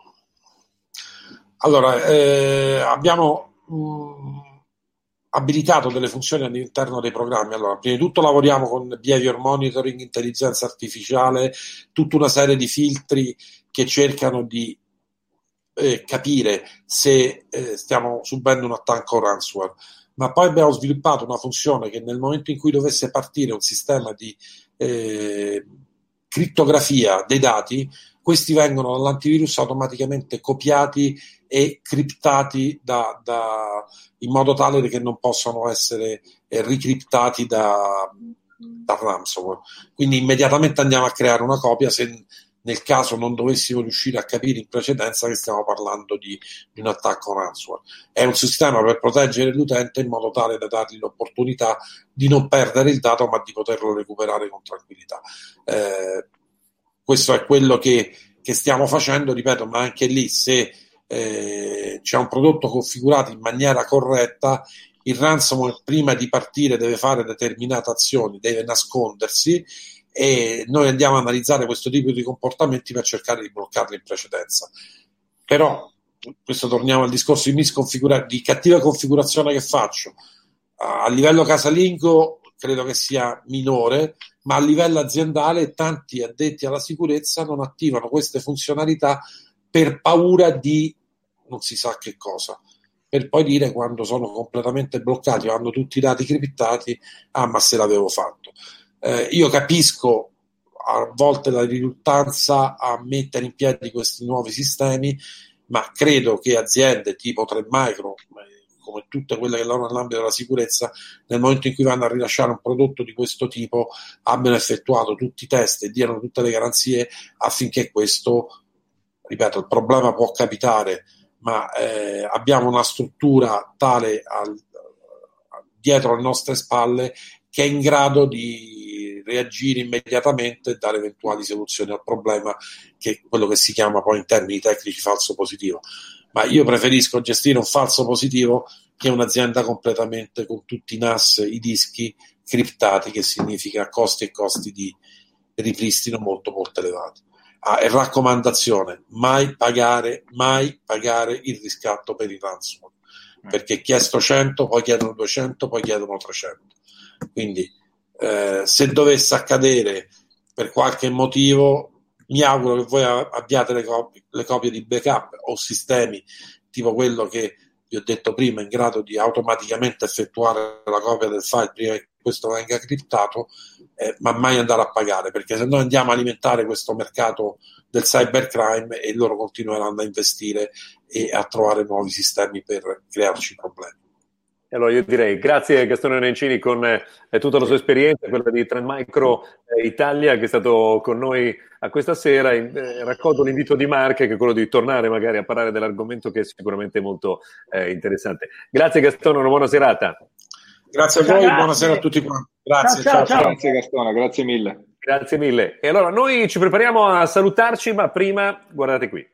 [SPEAKER 7] Allora, eh, abbiamo mh, abilitato delle funzioni all'interno dei programmi. Allora, prima di tutto lavoriamo con behavior monitoring, intelligenza artificiale, tutta una serie di filtri che cercano di eh, capire se eh, stiamo subendo un attacco ransomware. Ma poi abbiamo sviluppato una funzione che nel momento in cui dovesse partire un sistema di eh, crittografia dei dati, questi vengono dall'antivirus automaticamente copiati e criptati da, da, in modo tale che non possano essere eh, ricriptati da, da ransomware. Quindi immediatamente andiamo a creare una copia se nel caso non dovessimo riuscire a capire in precedenza che stiamo parlando di, di un attacco ransomware. È un sistema per proteggere l'utente in modo tale da dargli l'opportunità di non perdere il dato ma di poterlo recuperare con tranquillità. Eh, questo è quello che, che stiamo facendo, ripeto, ma anche lì se eh, c'è un prodotto configurato in maniera corretta, il ransomware prima di partire deve fare determinate azioni, deve nascondersi, e noi andiamo a analizzare questo tipo di comportamenti per cercare di bloccarli in precedenza. Però, questo torniamo al discorso di, misconfigura- di cattiva configurazione che faccio. A livello casalingo credo che sia minore, ma a livello aziendale tanti addetti alla sicurezza non attivano queste funzionalità per paura di non si sa che cosa, per poi dire quando sono completamente bloccati o hanno tutti i dati criptati, ah ma se l'avevo fatto. Eh, io capisco a volte la riluttanza a mettere in piedi questi nuovi sistemi, ma credo che aziende tipo Trend Micro, come tutte quelle che lavorano nell'ambito della sicurezza, nel momento in cui vanno a rilasciare un prodotto di questo tipo abbiano effettuato tutti i test e diano tutte le garanzie affinché questo, ripeto, il problema può capitare, ma eh, abbiamo una struttura tale al, dietro le nostre spalle che è in grado di reagire immediatamente e dare eventuali soluzioni al problema, che è quello che si chiama poi in termini tecnici falso positivo. Ma io preferisco gestire un falso positivo che un'azienda completamente con tutti i N A S, i dischi criptati, che significa costi e costi di ripristino molto molto elevati. Ah, e raccomandazione, mai pagare, mai pagare il riscatto per il ransomware, perché chiesto cento, poi chiedono duecento, poi chiedono trecento. Quindi eh, se dovesse accadere per qualche motivo, mi auguro che voi abbiate le copie, le copie di backup o sistemi tipo quello che vi ho detto prima, in grado di automaticamente effettuare la copia del file prima che questo venga criptato, eh, ma mai andare a pagare, perché se noi andiamo a alimentare questo mercato del cybercrime e loro continueranno a investire e a trovare nuovi sistemi per crearci problemi.
[SPEAKER 1] E allora io direi grazie a Gastone Nencini con eh, tutta la sua esperienza, quella di Trend Micro eh, Italia, che è stato con noi a questa sera. In, eh, raccolgo l'invito di Mark, che è quello di tornare magari a parlare dell'argomento, che è sicuramente molto eh, interessante. Grazie Gastone, una buona serata.
[SPEAKER 7] Grazie a voi,
[SPEAKER 3] Grazie.
[SPEAKER 7] buonasera a tutti quanti. Grazie,
[SPEAKER 3] Ciao, ciao, ciao.
[SPEAKER 2] Grazie Gastone, grazie mille.
[SPEAKER 1] Grazie mille. E allora noi ci prepariamo a salutarci, ma prima guardate qui.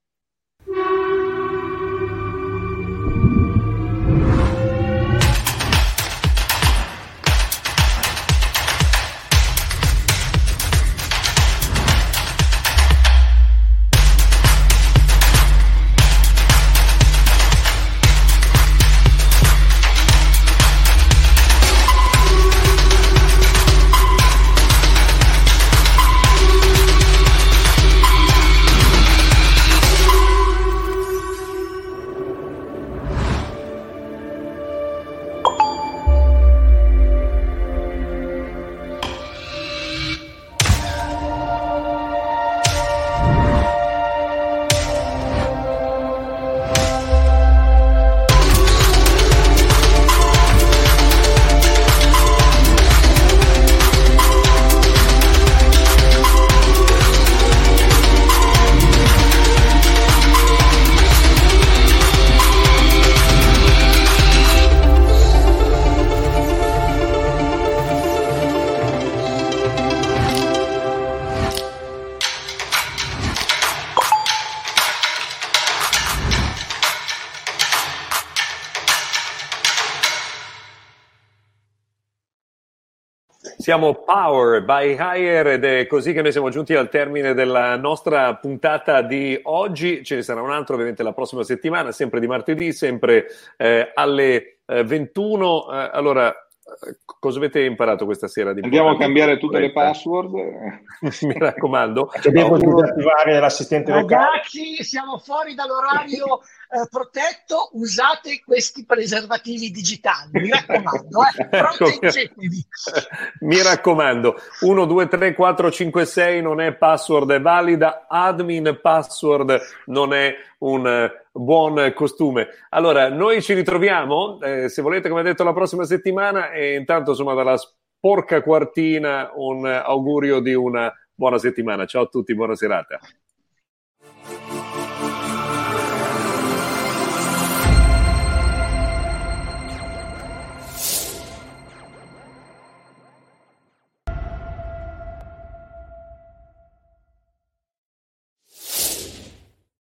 [SPEAKER 1] Siamo Power by Hire ed è così che noi siamo giunti al termine della nostra puntata di oggi. Ce ne sarà un altro ovviamente la prossima settimana, sempre di martedì, sempre eh, alle eh, ventuno. Eh, allora, eh, cosa avete imparato questa sera? Di
[SPEAKER 2] Andiamo a cambiare tutte le password.
[SPEAKER 1] Mi raccomando.
[SPEAKER 4] Che devo disattivare l'assistente locale.
[SPEAKER 3] Ragazzi, siamo fuori dall'orario eh, protetto, usate questi preservativi digitali, mi raccomando, eh, proteggetevi.
[SPEAKER 1] Mi raccomando, uno, due, tre, quattro, cinque, sei non è password valida, admin password non è un uh, buon costume. Allora, noi ci ritroviamo, eh, se volete, come detto, la prossima settimana, e intanto, insomma, dalla sporca quartina un uh, augurio di una buona settimana. Ciao a tutti, buona serata.